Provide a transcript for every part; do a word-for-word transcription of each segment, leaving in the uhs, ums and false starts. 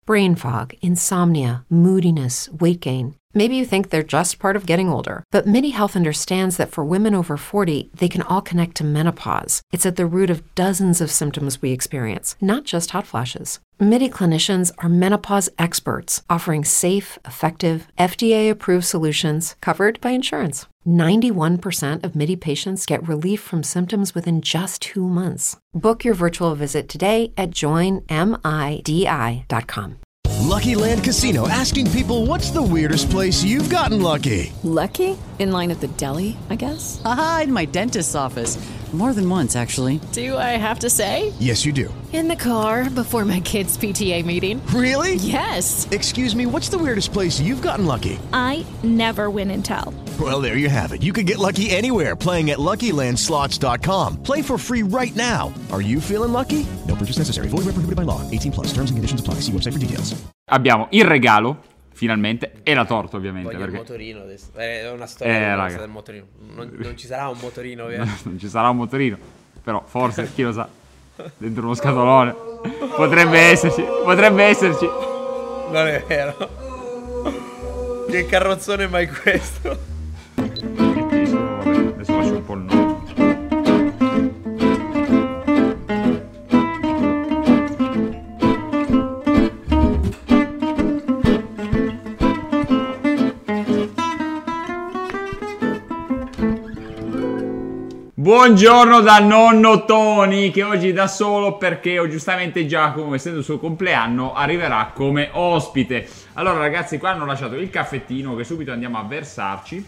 brain fog, insomnia, moodiness, weight gain. Maybe you think they're just part of getting older, but MIDI Health understands that for women over forty, they can all connect to menopause. It's at the root of dozens of symptoms we experience, not just hot flashes. MIDI clinicians are menopause experts, offering safe, effective, F D A-approved solutions covered by insurance. ninety-one percent of MIDI patients get relief from symptoms within just two months. Book your virtual visit today at join midi dot com. Lucky Land Casino, asking people, what's the weirdest place you've gotten lucky? Lucky? In line at the deli, I guess? Aha, in my dentist's office. More than once, actually. Do I have to say? Yes, you do. In the car before my kids' P T A meeting. Really? Yes. Excuse me, what's the weirdest place you've gotten lucky? I never win and tell. Well, there you have it. You can get lucky anywhere, playing at Lucky Land Slots dot com. Play for free right now. Are you feeling lucky? No purchase necessary. Void where prohibited by law. eighteen plus. Terms and conditions apply. See website for details. Abbiamo il regalo, finalmente, e la torta, ovviamente. Voglio perché... il motorino adesso. È una storia eh, raga. del motorino. Non, non ci sarà un motorino, vero? Non ci sarà un motorino. Però forse, chi lo sa, dentro uno scatolone. Potrebbe esserci, potrebbe esserci. Non è vero. Che carrozzone mai questo? Vabbè, adesso lascio un po' il nome. Buongiorno da nonno Tony, che oggi da solo perché giustamente Giacomo, essendo il suo compleanno, arriverà come ospite. Allora ragazzi, qua hanno lasciato il caffettino che subito andiamo a versarci.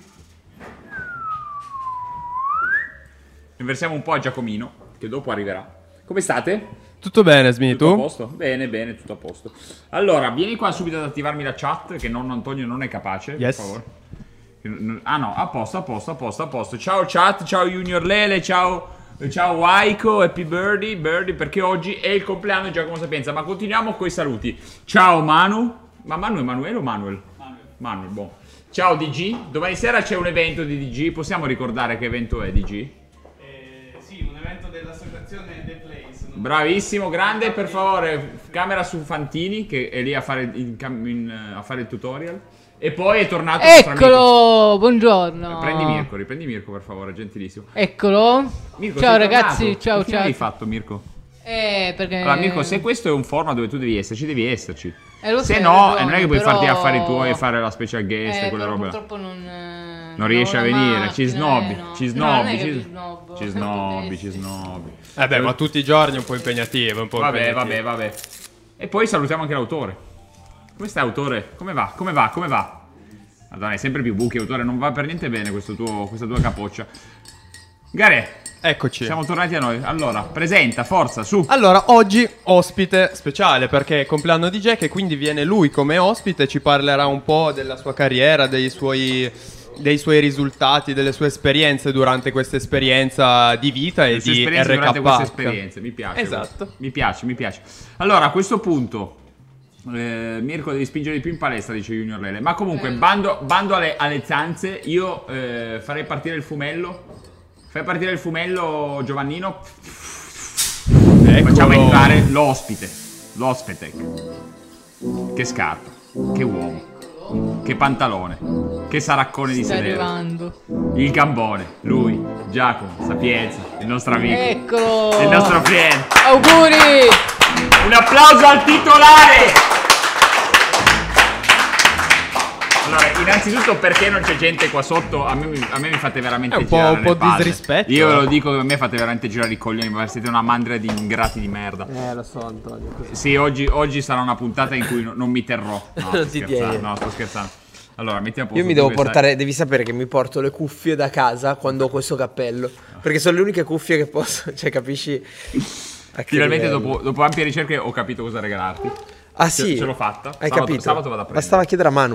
Ne versiamo un po' a Giacomino, che dopo arriverà. Come state? Tutto bene, Smi, Tutto tu? a posto? Bene, bene, tutto a posto. Allora, vieni qua subito ad attivarmi la chat, che nonno Antonio non è capace, yes. Per favore. Ah no, a posto, a posto, a posto, a posto. Ciao chat, ciao Junior Lele, ciao, ciao Waiko, Happy Birdie, Birdie, perché oggi è il compleanno di Giacomo Sapienza. Ma continuiamo con i saluti. Ciao Manu, ma Manu è Emanuele o Manuel? Manuel. Manuel, boh. Ciao D G, domani sera c'è un evento di D G, possiamo ricordare che evento è D G? Eh, sì, un evento dell'associazione The Place. Bravissimo, grande, per favore, camera su Fantini, che è lì a fare, in, in, a fare il tutorial. E poi è tornato. Eccolo, buongiorno. Prendi Mirko, riprendi Mirko per favore, gentilissimo. Eccolo. Mirko, ciao ragazzi, ciao che ciao. Che hai fatto Mirko? Eh, perché Allora Mirko, se questo è un format dove tu devi esserci, devi esserci. Eh, lo se so, no, ragione, non è che puoi però... farti affari tuoi e fare la special guest eh, e quelle robe. Purtroppo non eh, Non riesci a venire, macchina, ci snobbi, eh, no. ci No, non snobbi, è che ci, vi snobbo. ci snobbi, ci snobbi. Eh beh, ma tutti i giorni è un po' impegnativo, un po' Vabbè, impegnativo. vabbè, vabbè. E poi salutiamo anche l'autore. Come stai autore? Come va? Come va? Come va? Madonna, è sempre più buchi, autore, non va per niente bene questo tuo, questa tua capoccia. Gare, eccoci. Siamo tornati a noi. Allora, presenta, forza, su. Allora, oggi ospite speciale perché è compleanno di Jack e quindi viene lui come ospite, ci parlerà un po' della sua carriera, dei suoi, dei suoi risultati, delle sue esperienze durante questa esperienza di vita e di R K H. Durante queste esperienze, mi piace. Esatto. Questo. Mi piace, mi piace. Allora, a questo punto... Eh, Mirko devi spingere di più in palestra, dice Junior Lele. Ma comunque eh. bando, bando alle, alle zanze. Io eh, farei partire il fumello. Fai partire il fumello, Giovannino. Eccolo. Facciamo entrare l'ospite. L'ospite. Che scarpa. Che uomo. Che pantalone. Che saraccone di Sta sedere. arrivando. Il gambone. Lui, Giacomo Sapienza, il nostro amico. Eccolo. Il nostro cliente. Auguri. Un applauso al titolare! Allora, innanzitutto perché non c'è gente qua sotto? A me, a me mi fate veramente è un po', girare un po' le palle. disrispetto. Io ve lo eh. dico che a me fate veramente girare i coglioni, ma siete una mandria di ingrati di merda. Eh, lo so Antonio. Così. Sì, oggi, oggi sarà una puntata in cui no, non mi terrò. No, Non sto ti scherzando, tieni. no, sto scherzando. Allora, metti a posto. Io mi tu devo che portare, sai- devi sapere che mi porto le cuffie da casa quando ho questo cappello. Perché sono le uniche cuffie che posso, cioè capisci? A che Finalmente livello. dopo, dopo ampie ricerche ho capito cosa regalarti. Ah Ce- sì? Ce l'ho fatta. Hai Sabato- capito? sabato vado a prendere. Bastava chiedere a Manu.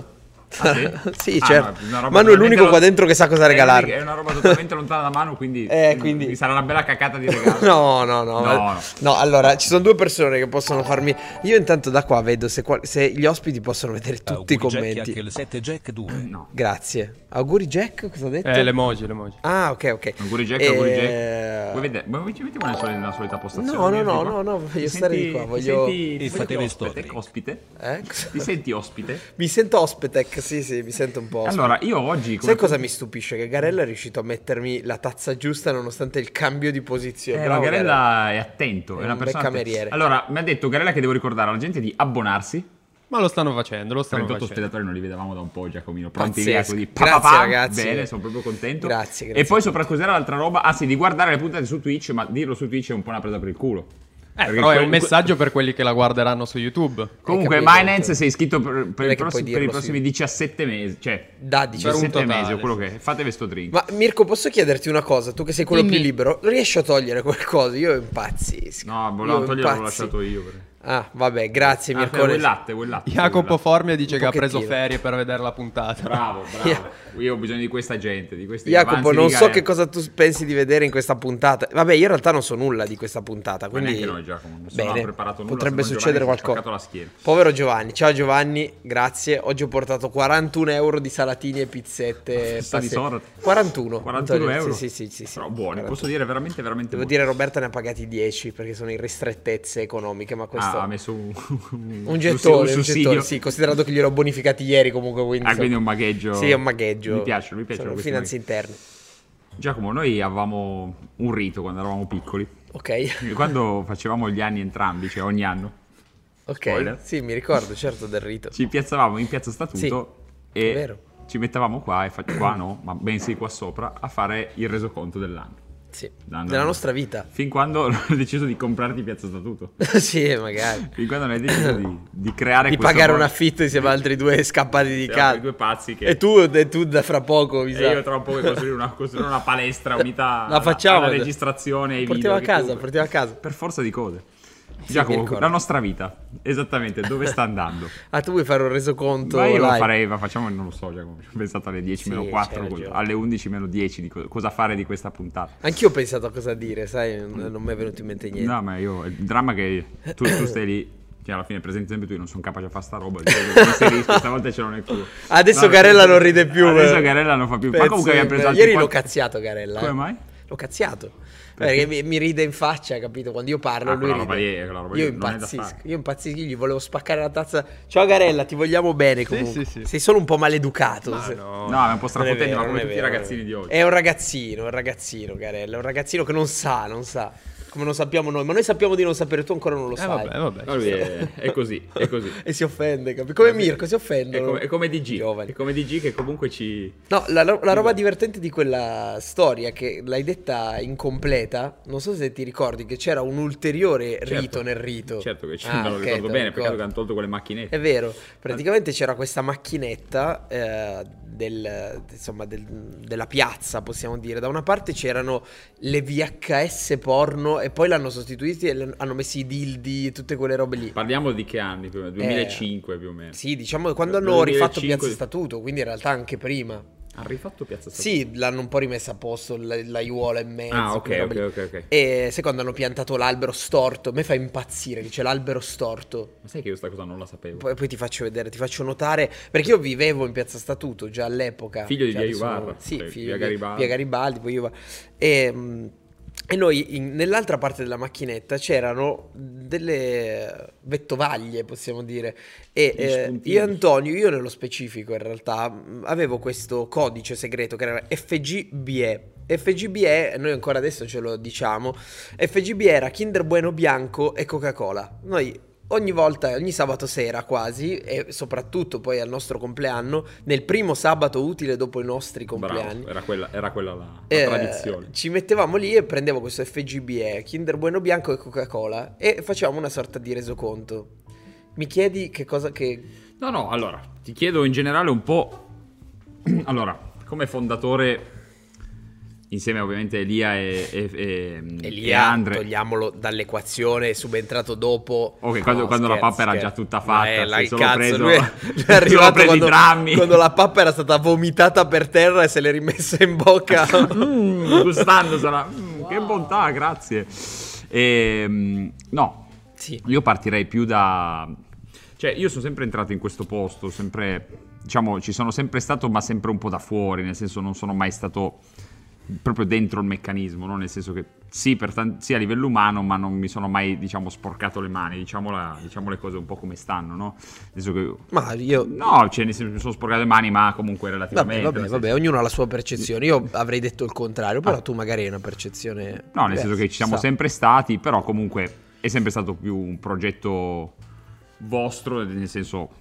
Ah, sì? Sì, Ah, certo. no, una roba Manu è l'unico totalmente qua dentro che sa cosa lo- regalarmi. È una roba totalmente lontana da Manu, quindi, Eh, quindi- mi sarà una bella cacata di regalo. No, no, no, No, ma- no. no, allora ci sono due persone che possono farmi. Io intanto da qua vedo se, qua- se gli ospiti possono vedere tutti i commenti. Anche il sette Jack due. No. Grazie. Auguri Jack, cosa ha detto? Eh, l'emoji, l'emoji. Ah, ok, ok. Auguri Jack, Eh, auguri Jack. Vuoi vedere? Vuoi ci mettiamo nella solita, nella solita postazione? No, no, Io no, di qua? no, no, voglio Ti stare senti- di qua, ti voglio- senti- E ti senti fatevi ospite, storie. ospite? Eh? Ti senti ospite? Mi sento ospitec, sì, sì, mi sento un po' ospite. Allora, io oggi... come- Sai cosa mi stupisce? Che Garella è riuscito a mettermi la tazza giusta nonostante il cambio di posizione. Eh, ma Bravo, Garella è attento, è, È una un persona bel attenta. cameriere. Allora, mi ha detto Garella che devo ricordare alla gente di abbonarsi. Ma lo stanno facendo, lo stanno trentotto facendo. spettatori non li vedevamo da un po', Giacomino. Pronti Pazzesco. via così. Pa, Grazie, pa, pa. ragazzi. Bene, sono proprio contento. Grazie, grazie. E poi sopra cos'era l'altra roba? Ah sì, di guardare le puntate su Twitch, ma dirlo su Twitch è un po' una presa per il culo. Eh, Perché però è quel- un messaggio per quelli che la guarderanno su YouTube. Comunque, Hai capito? Minance sei iscritto per, per, Non è i che prossimi, puoi per i dirlo, prossimi sì. diciassette mesi. Cioè, Da Per un diciassette totale, mesi o quello sì. che è. Fatevi sto drink. Ma Mirko, posso chiederti una cosa? Tu che sei quello Dimmi. più libero, riesci a togliere qualcosa? Io impazzisco. No, volevo Io togliere, l'ho impazzi- lasciato io. perché- Ah, vabbè, grazie Ah, Mirko. vuoi il latte, vuoi il latte? Jacopo Vuoi il Formia dice Un che ha preso pochettino. ferie per vedere la puntata. latte? Bravo, bravo. Io ho bisogno di questa gente, di questi Jacopo, avanzi non di so Gaia. che cosa tu pensi di vedere in questa puntata. Vabbè, io in realtà non so nulla di questa puntata, Ma quindi neanche noi, Giacomo. Nessuno bene, ha preparato nulla. potrebbe se non succedere Giovanni si è qualcosa. spaccato la schiena. Povero Giovanni, ciao Giovanni, grazie. Oggi ho portato quarantuno euro di salatini e pizzette. Sta di passe- sorte. quarantuno. quarantuno Antonio, euro? Sì, sì, sì, sì, sì. Però buoni, quarantuno. posso dire veramente, veramente Devo buoni. dire Roberta ne ha pagati dieci perché sono in ristrettezze economiche, ma questo Ah, ha messo un, un gettone, un sussidio. gettone, sì, considerato che gliel'ho bonificati ieri comunque, quindi Ah, insomma- quindi è un magheggio. Sì, è un magheggio. Mi piace, mi piace. Sono finanze interne. Giacomo, noi avevamo un rito quando eravamo piccoli. Ok. Quando facevamo gli anni entrambi, cioè ogni anno, Ok. Spoiler. Sì, mi ricordo, certo, del rito. ci piazzavamo in Piazza Statuto Sì, e è vero. ci mettevamo qua, e fa- qua no, ma bensì qua sopra, a fare il resoconto dell'anno. Sì. L'anno- Della nostra vita. Fin quando non hai deciso di comprarti Piazza Statuto. Sì, magari. Fin quando non hai deciso di, di creare Di questo pagare un modo- affitto insieme ad altri due scappati di Sì, casa. altri due pazzi che... E tu, e tu da fra poco, mi E sa. io tra un po' che costruire una, costruire una palestra unita La facciamo. alla, alla registrazione e ai Portiamo video. a casa, che tu- portiamo a casa. Per forza di cose. mi Giacomo, ricordo. la nostra vita, esattamente, dove sta andando? Ah, tu vuoi fare un resoconto Ma io lo live? farei, ma facciamo, non lo so, Giacomo, ci ho pensato alle dieci Sì, meno c'hai quattro, ragione. alle undici meno dieci di co- cosa fare di questa puntata. Anch'io ho pensato a cosa dire, sai, non, non mi è venuto in mente niente. No, ma io, il dramma è che tu, tu stai lì, cioè alla fine presenti sempre tu, io non sono capace a fare sta roba, questa volta ce l'ho nel culo. Adesso No, Garella non ride più. Adesso eh. Garella non fa più, ma Pezzo comunque abbiamo di preso me- altri Ieri l'ho quattro- cazziato Garella. Come eh. mai? L'ho cazziato. Perché? Perché mi, mi ride in faccia, capito? Quando io parlo, Ah, lui quella roba ride. lì, quella roba lì Io non è da impazzisco. fare. Io impazzisco, io gli volevo spaccare la tazza. Ciao Garella, ti vogliamo bene comunque. sì, sì. Sei solo un po' maleducato. se- No, è un po' strafotente, ma non come è tutti i vero, ragazzini non è di vero. oggi. È un ragazzino, è un ragazzino Garella, è un ragazzino che non sa, non sa. Come non sappiamo noi, ma noi sappiamo di non sapere, tu ancora non lo Eh sai. vabbè, vabbè. No, lui è, è così, è così. E si offende, capito? Come Mirko, si offende. È come, è come D G, Giovani. è come D G che comunque ci... No, la, la roba divertente di quella storia che l'hai detta incompleta, non so se ti ricordi che c'era un ulteriore Certo. rito nel rito. Certo che ci Ah, me lo ok, ricordo te lo bene, peccato ricordi. che hanno tolto quelle macchinette. È vero, praticamente c'era questa macchinetta eh, del, insomma, del- della piazza, possiamo dire. Da una parte c'erano le V H S porno e poi l'hanno sostituiti e le- hanno messo i dildi e tutte quelle robe lì. Parliamo di che anni? Più o meno? duemilacinque più o meno. Sì, diciamo quando hanno duemilacinque rifatto Piazza Statuto, quindi in realtà anche prima. Hanno rifatto Piazza Statuto? Sì, l'hanno un po' rimessa a posto, la, l'aiuola in mezzo. Ah, ok, quelle robe ok, lì. ok, ok. E secondo hanno piantato l'albero storto. A me fa impazzire che c'è l'albero storto. Ma sai che io questa cosa non la sapevo? Poi, poi ti faccio vedere, ti faccio notare. Perché io vivevo in Piazza Statuto già all'epoca. Figlio di Cioè, via adesso- Ibarra, Sì, cioè, figlio via di Garibaldi. via Garibaldi, poi io... E, mm, e noi in- nell'altra parte della macchinetta c'erano delle vettovaglie, possiamo dire. E Gli eh, spuntini. io e Antonio, io nello specifico in realtà, mh, avevo questo codice segreto che era F G B E. F G B E, noi ancora adesso ce lo diciamo, F G B E era Kinder Bueno bianco e Coca-Cola. Noi ogni volta, ogni sabato sera quasi, e soprattutto poi al nostro compleanno, nel primo sabato utile dopo i nostri compleanni, Bravo, era quella, era quella la, la eh, tradizione. ci mettevamo lì e prendevo questo F G B E, Kinder Bueno bianco e Coca-Cola, e facevamo una sorta di resoconto. Mi chiedi che cosa che... No, no, allora, ti chiedo in generale un po'... Allora, come fondatore insieme ovviamente Elia e, e, e, Elia, e Andre. togliamolo dall'equazione, è subentrato dopo. Ok, quando, No, quando scherzo, la pappa era scherzo. già tutta Ma fatta, è la- sei il solo cazzo, preso, lui è, lui è solo arrivato preso i quando, drammi. quando la pappa era stata vomitata per terra e se l'è rimessa in bocca. Mm, gustando sarà. Mm, wow. Che bontà, grazie. E, no, sì. Io partirei più da... Cioè, io sono sempre entrato in questo posto, sempre... Diciamo, ci sono sempre stato, ma sempre un po' da fuori, nel senso non sono mai stato proprio dentro il meccanismo, no? Nel senso che sì, per t- sì a livello umano, ma non mi sono mai, diciamo, sporcato le mani, diciamo, la, diciamo le cose un po' come stanno, no? Nel senso che... Ma io... No, cioè, nel senso, mi sono sporcato le mani, ma comunque relativamente. Vabbè, vabbè, vabbè, ognuno ha la sua percezione. Io avrei detto il contrario, però ah. tu magari hai una percezione... No, nel diversa, senso che ci siamo sa. sempre stati, però comunque è sempre stato più un progetto vostro, nel senso...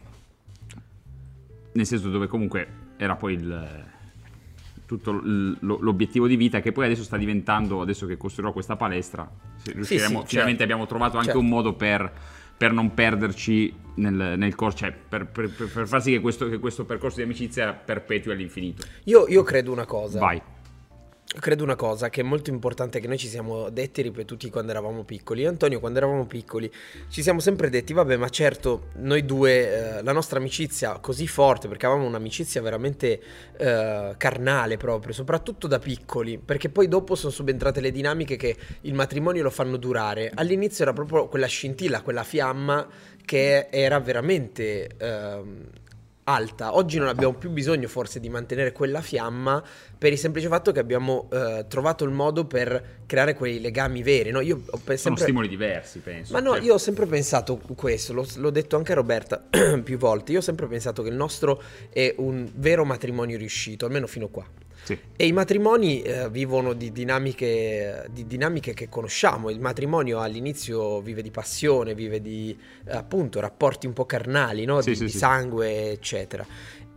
Nel senso dove comunque era poi il... tutto l'obiettivo di vita, che poi adesso sta diventando, adesso che costruirò questa palestra, riusciremo, sì, sì, finalmente certo. abbiamo trovato anche certo. un modo per, per non perderci nel, nel corso, cioè per, per, per far sì che questo, che questo percorso di amicizia perpetui all'infinito. Io, io credo una cosa. Vai. Credo una cosa che è molto importante, che noi ci siamo detti e ripetuti quando eravamo piccoli. Io e Antonio, quando eravamo piccoli, ci siamo sempre detti, vabbè, ma certo, noi due, eh, la nostra amicizia così forte, perché avevamo un'amicizia veramente eh, carnale proprio, soprattutto da piccoli, perché poi dopo sono subentrate le dinamiche che il matrimonio lo fanno durare. All'inizio era proprio quella scintilla, quella fiamma che era veramente... Eh, alta. Oggi non abbiamo più bisogno forse di mantenere quella fiamma per il semplice fatto che abbiamo eh, trovato il modo per creare quei legami veri, no? Io ho sempre... Sono stimoli diversi, penso. Ma no, certo. io ho sempre pensato questo, l'ho, l'ho detto anche a Roberta più volte, io ho sempre pensato che il nostro è un vero matrimonio riuscito, almeno fino a qua. Sì. E i matrimoni eh, vivono di dinamiche, di dinamiche che conosciamo. Il matrimonio all'inizio vive di passione, vive di eh, appunto rapporti un po' carnali, no? Sì, di, sì, di sì. sangue, eccetera.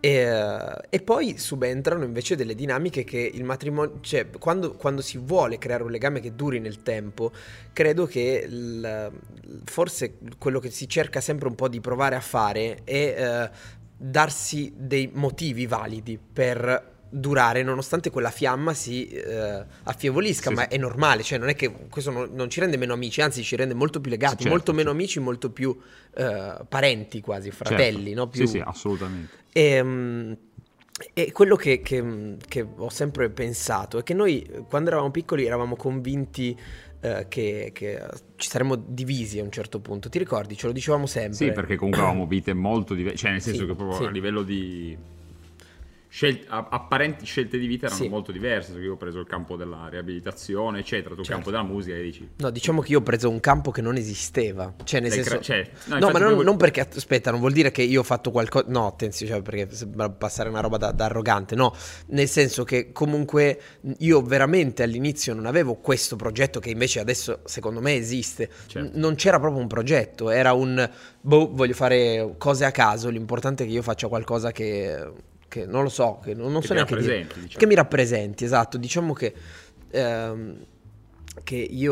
E, e poi subentrano invece delle dinamiche che il matrimonio, cioè quando, quando si vuole creare un legame che duri nel tempo, credo che il, forse quello che si cerca sempre un po' di provare a fare è eh, darsi dei motivi validi per durare, nonostante quella fiamma si eh, affievolisca, sì, ma sì. è normale, cioè non è che questo non, non ci rende meno amici, anzi ci rende molto più legati, certo, molto meno certo. amici, molto più eh, parenti quasi, fratelli, certo. no? Più... Sì, sì, assolutamente. E, um, e quello che, che, che ho sempre pensato è che noi quando eravamo piccoli eravamo convinti uh, che, che ci saremmo divisi a un certo punto, ti ricordi? Ce lo dicevamo sempre. Sì, perché comunque avevamo vite molto diverse, cioè nel senso sì, che proprio sì. a livello di... Scelte, apparenti scelte di vita erano sì. molto diverse. Io ho preso il campo della riabilitazione, eccetera, tu il certo. campo della musica e dici. No, diciamo che io ho preso un campo che non esisteva. Cioè, nel Dai, senso. cra- cioè, no, no, ma non, proprio... non perché. Aspetta, non vuol dire che io ho fatto qualcosa. No, attenzione, cioè, perché sembra passare una roba da, da arrogante. No, nel senso che comunque io veramente all'inizio non avevo questo progetto che invece adesso secondo me esiste. Certo. N- non c'era proprio un progetto, era un. Boh, voglio fare cose a caso. L'importante è che io faccia qualcosa che. Che non lo so, che non, non che so neanche dire, diciamo. che mi rappresenti, esatto. Diciamo che ehm, che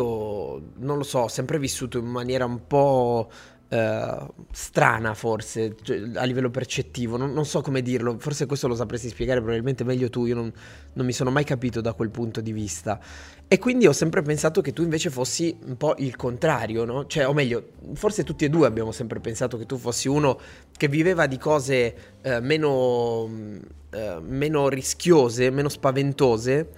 io non lo so, ho sempre vissuto in maniera un po' eh, strana forse, cioè, a livello percettivo, non, non so come dirlo, forse questo lo sapresti spiegare probabilmente meglio tu, io non, non mi sono mai capito da quel punto di vista. E quindi ho sempre pensato che tu invece fossi un po' il contrario, no? Cioè, o meglio, forse tutti e due abbiamo sempre pensato che tu fossi uno che viveva di cose eh, meno, eh, meno rischiose, meno spaventose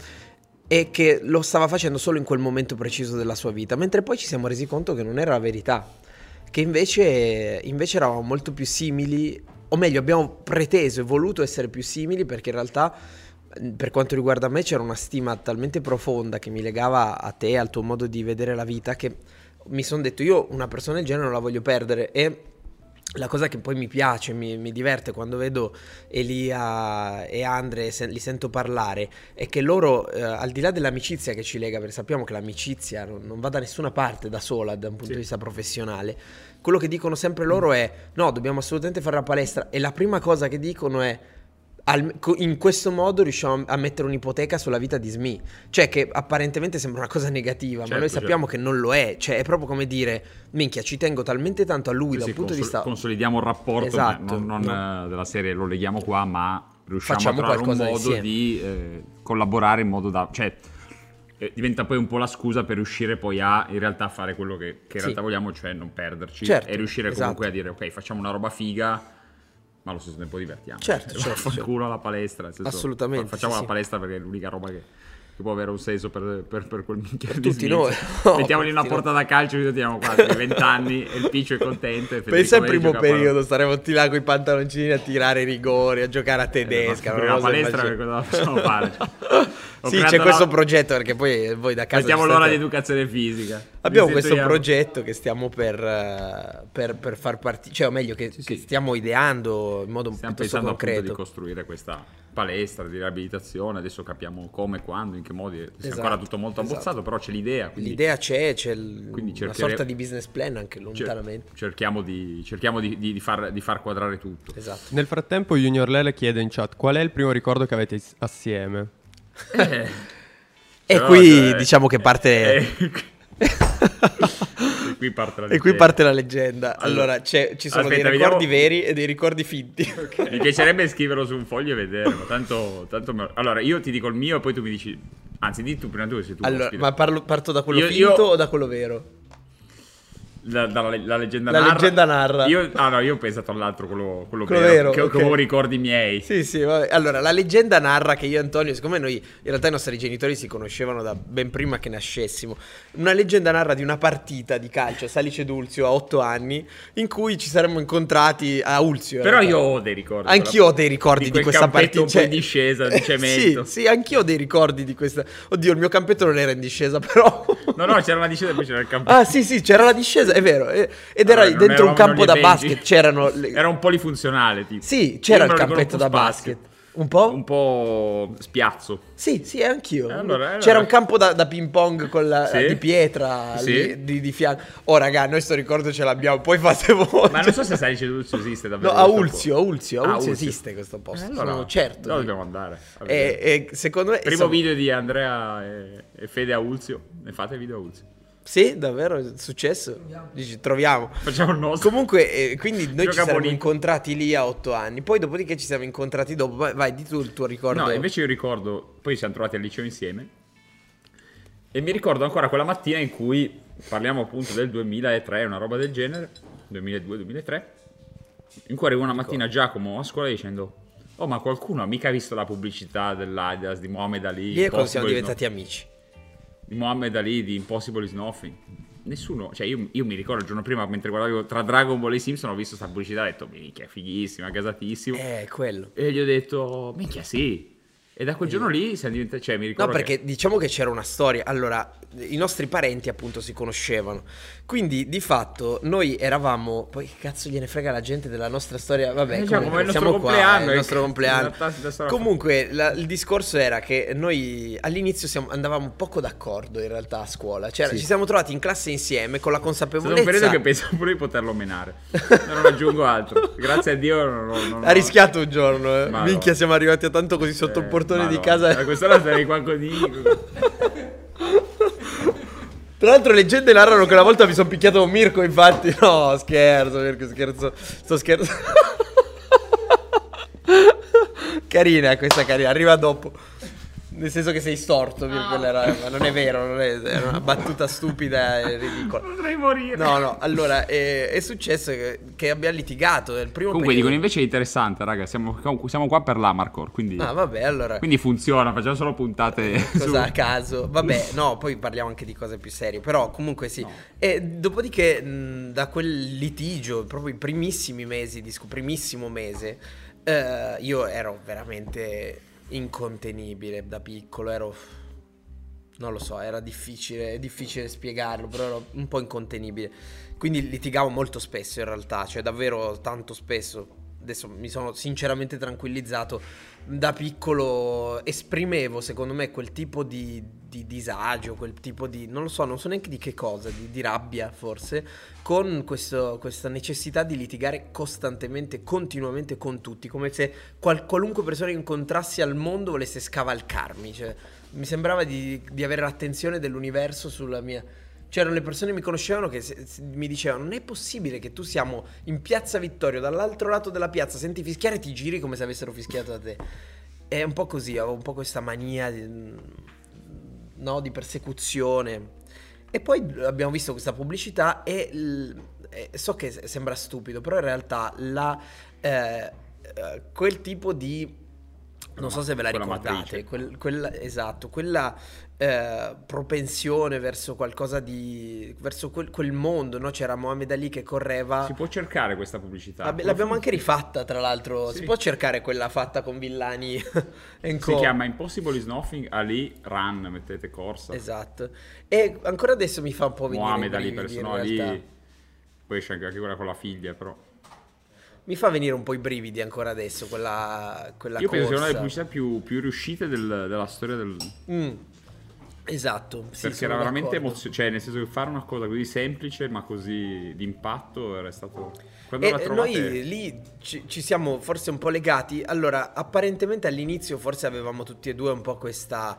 e che lo stava facendo solo in quel momento preciso della sua vita, mentre poi ci siamo resi conto che non era la verità, che invece, invece eravamo molto più simili, o meglio abbiamo preteso e voluto essere più simili perché in realtà per quanto riguarda me c'era una stima talmente profonda che mi legava a te, al tuo modo di vedere la vita, che mi sono detto io una persona del genere non la voglio perdere. E la cosa che poi mi piace, mi, mi diverte quando vedo Elia e Andre, se, li sento parlare, è che loro eh, al di là dell'amicizia che ci lega, perché sappiamo che l'amicizia non, non va da nessuna parte da sola da un punto sì. di vista professionale, quello che dicono sempre loro è no, dobbiamo assolutamente fare la palestra, e la prima cosa che dicono è in questo modo riusciamo a mettere un'ipoteca sulla vita di Smi, cioè che apparentemente sembra una cosa negativa, certo, ma noi sappiamo certo. che non lo è, cioè è proprio come dire minchia, ci tengo talmente tanto a lui sì, da un sì, punto consol- di vista consolidiamo il rapporto, esatto, non, non no. della serie lo leghiamo qua, ma riusciamo Facciamo a trovare un qualcosa modo insieme. di eh, collaborare in modo da... cioè eh, diventa poi un po' la scusa per riuscire poi a in realtà fare quello che, che in Sì. realtà vogliamo, cioè non perderci Certo, e riuscire comunque esatto. a dire ok, facciamo una roba figa, ma allo stesso tempo divertiamo. Certo, Cioè, certo, fa certo. culo alla palestra, nel senso, Assolutamente, facciamo sì, la sì. palestra perché è l'unica roba che, che può avere un senso per, per, per quel minchia di tutti Smith. noi. No, Mettiamoli in una tutti porta da calcio e teniamo qua per venti anni e il Piccio è contento. E Pensa al Federico primo Veri gioca a pallone. periodo, staremo tutti là con i pantaloncini a tirare i rigori, a giocare a tedesca. Per non la lo so, palestra immagino. cosa facciamo fare? Ho Sì, creato c'è questo la- progetto perché poi voi da casa Mettiamo ci l'ora state- di educazione fisica. Abbiamo questo Istituiamo. progetto che stiamo per, eh, per, per far partire, cioè o meglio che, che stiamo ideando in modo Stiamo piuttosto pensando appunto di concreto. costruire questa palestra di riabilitazione, adesso capiamo come, quando, in che modi, è Esatto, ancora tutto molto esatto. abbozzato, però c'è l'idea, quindi L'idea c'è, c'è il- Quindi una cerchere- sorta di business plan anche cer- lontanamente. cerchiamo, di, cerchiamo di, di- di far, di far quadrare tutto. Esatto. Nel frattempo Junior Lele chiede in chat qual è il primo ricordo che avete is- assieme. Eh, E però, qui cioè, diciamo che parte... eh, e qui parte la E qui leggenda. parte la leggenda. Allora, Allora, c'è- ci sono aspetta, dei ricordi vediamo- veri e dei ricordi finti. Mi piacerebbe scriverlo su un foglio e vedere, ma tanto, tanto me- allora io ti dico il mio e poi tu mi dici, anzi di tu prima tu se tu Allora, ospite. ma parlo- parto da quello Io- finto io- o da quello vero? La, dalla- la leggenda La narra. leggenda narra. Io, ah no, io ho pensato all'altro, quello, quello, Quello vero, vero, che, ok. che avevo ricordi miei. Sì, sì, vabbè. Allora, la leggenda narra che io e Antonio, siccome noi in realtà i nostri genitori si conoscevano da ben prima che nascessimo, una leggenda narra di una partita di calcio a Salice d'Ulzio a otto anni in cui ci saremmo incontrati a Ulzio. in Però realtà. io ho dei ricordi. Anch'io ho dei ricordi di, quel questa campetto partita. un po' in discesa, di cemento. Sì, sì, anch'io ho dei ricordi di questa. Oddio, il mio campetto non era in discesa, però. No, no, c'era una discesa e poi c'era il campetto. Ah, sì, sì, c'era la discesa, è vero. e- Ed era Vabbè, non dentro un eravamo campo gli da eventi. basket. C'erano. le- Era un polifunzionale, tipo. Sì, c'era Io me il lo ricordo campetto un da po' basket. spazio. Un po'? Un po' spiazzo. Sì, sì, anch'io. Eh, allora, allora. C'era un campo da, da ping pong con la, Sì. di pietra Sì. lì, di, di fianco. Oh, raga, noi sto ricordo ce l'abbiamo. Poi fate voi. Ma non so se Salice d'Ulzio esiste No, davvero. a questo Ulzio, a posto. Ulzio, a Ah, Ulzio Ulzio. esiste questo posto. Eh, allora, Sono certo. dove di- dobbiamo andare? A vedere. E, e secondo me. Primo insomma- video di Andrea e, e Fede a Ulzio. Ne fate video a Ulzio? Sì, davvero, è successo. Dici, troviamo. Facciamo il nostro. Comunque, eh, quindi noi Gioca ci saremmo bonito. incontrati lì a otto anni. Poi, dopodiché, ci siamo incontrati dopo. Vai, vai, di tu il tuo ricordo. No, invece io ricordo, poi ci siamo trovati al liceo insieme e mi ricordo ancora quella mattina in cui parliamo appunto del duemilatré, una roba del genere, duemiladue duemilatré, in cui arrivo una mattina a Giacomo a scuola dicendo oh ma qualcuno ha mica visto la pubblicità dell'Adidas di Mohamed Ali, Lì è quando siamo Impossible is diventati amici. No- di Mohamed Ali, di Impossible is Nothing. Nessuno, cioè io, io mi ricordo il giorno prima mentre guardavo tra Dragon Ball e Simpson ho visto sta pubblicità e ho detto minchia è fighissima, gasatissimo. Eh, è quello. E gli ho detto, minchia sì. E da quel giorno lì siamo diventati, cioè mi No, ricordo perché che... diciamo che c'era una storia. Allora, i nostri parenti appunto si conoscevano. Quindi, di fatto, noi eravamo. Poi, che cazzo gliene frega la gente della nostra storia? Vabbè, Eh, già, comunque, come il nostro siamo qua, compleanno, è il nostro eh, compleanno. in realtà si dà solo- Comunque, la- il discorso era che noi all'inizio siamo- andavamo poco d'accordo in realtà a scuola. Cioè, Sì. ci siamo trovati in classe insieme con la È stato consapevolezza. un periodo che pensavo pure di poterlo menare. Non aggiungo altro. Grazie a Dio non, non, non Ha rischiato un giorno, eh. Madonna. Minchia, siamo arrivati a tanto così sotto il portone di Madonna. casa. A quest'ora sarei qua così. Tra l'altro leggende narrano che una volta mi sono picchiato con Mirko, infatti. No, scherzo, Mirko, scherzo. Sto scherzando. Carina questa, carina, arriva dopo. Nel senso che sei storto, Mirko, Ah, era- ma non è vero, non è, era una battuta stupida e ridicola. Potrei morire. No, no, allora è, è successo che, che abbiamo litigato nel primo Comunque periodo. dicono invece è interessante, raga. Siamo, siamo qua per l'Amarcord. Quindi, Ah, vabbè, allora. quindi funziona. Facciamo solo puntate. su- Cosa a caso? Vabbè, no, poi parliamo anche di cose più serie. Però comunque sì. E dopodiché, mh, da quel litigio, proprio i primissimi mesi, disco, primissimo mese, eh, io ero veramente incontenibile da piccolo. Ero. Non lo so, era difficile, è difficile spiegarlo, però ero un po' incontenibile. Quindi litigavo molto spesso in realtà, cioè davvero tanto spesso. Adesso mi sono sinceramente tranquillizzato. Da piccolo esprimevo, secondo me, quel tipo di, di disagio, quel tipo di... non lo so, non so neanche di che cosa, di, di rabbia forse, con questo, questa necessità di litigare costantemente, continuamente con tutti, come se qual- qualunque persona incontrassi al mondo volesse scavalcarmi, cioè mi sembrava di, di avere l'attenzione dell'universo sulla mia... C'erano le persone che mi conoscevano che se, se, mi dicevano: non è possibile che tu siamo in Piazza Vittorio, dall'altro lato della piazza, senti fischiare e ti giri come se avessero fischiato da te. È un po' così, avevo un po' questa mania di, no, di persecuzione. E poi abbiamo visto questa pubblicità e, l, e so che sembra stupido, però in realtà la, eh, quel tipo di... non so se ve la ricordate, quel, quella, esatto, quella eh, propensione verso qualcosa di... verso quel, quel mondo, no? C'era Mohamed Ali che correva... Si può cercare questa pubblicità. Vabbè, l'abbiamo anche rifatta, tra l'altro, sì. Si può cercare quella fatta con Villani e Si chiama Impossible is Nothing, Ali Run, mettete corsa. Esatto. E ancora adesso mi fa un po' venire Mohamed Ali, perché no, Ali... Poi c'è anche quella con la figlia, però... Mi fa venire un po' i brividi ancora adesso, quella, quella Io corsa. penso sia una delle pubblicità più, più riuscite del, della storia del... Mm, esatto. Perché sì, era veramente d'accordo. emozionante, cioè nel senso che fare una cosa così semplice ma così d'impatto era stato... Quando E la trovate... noi lì ci, ci siamo forse un po' legati. Allora, apparentemente all'inizio forse avevamo tutti e due un po' questa...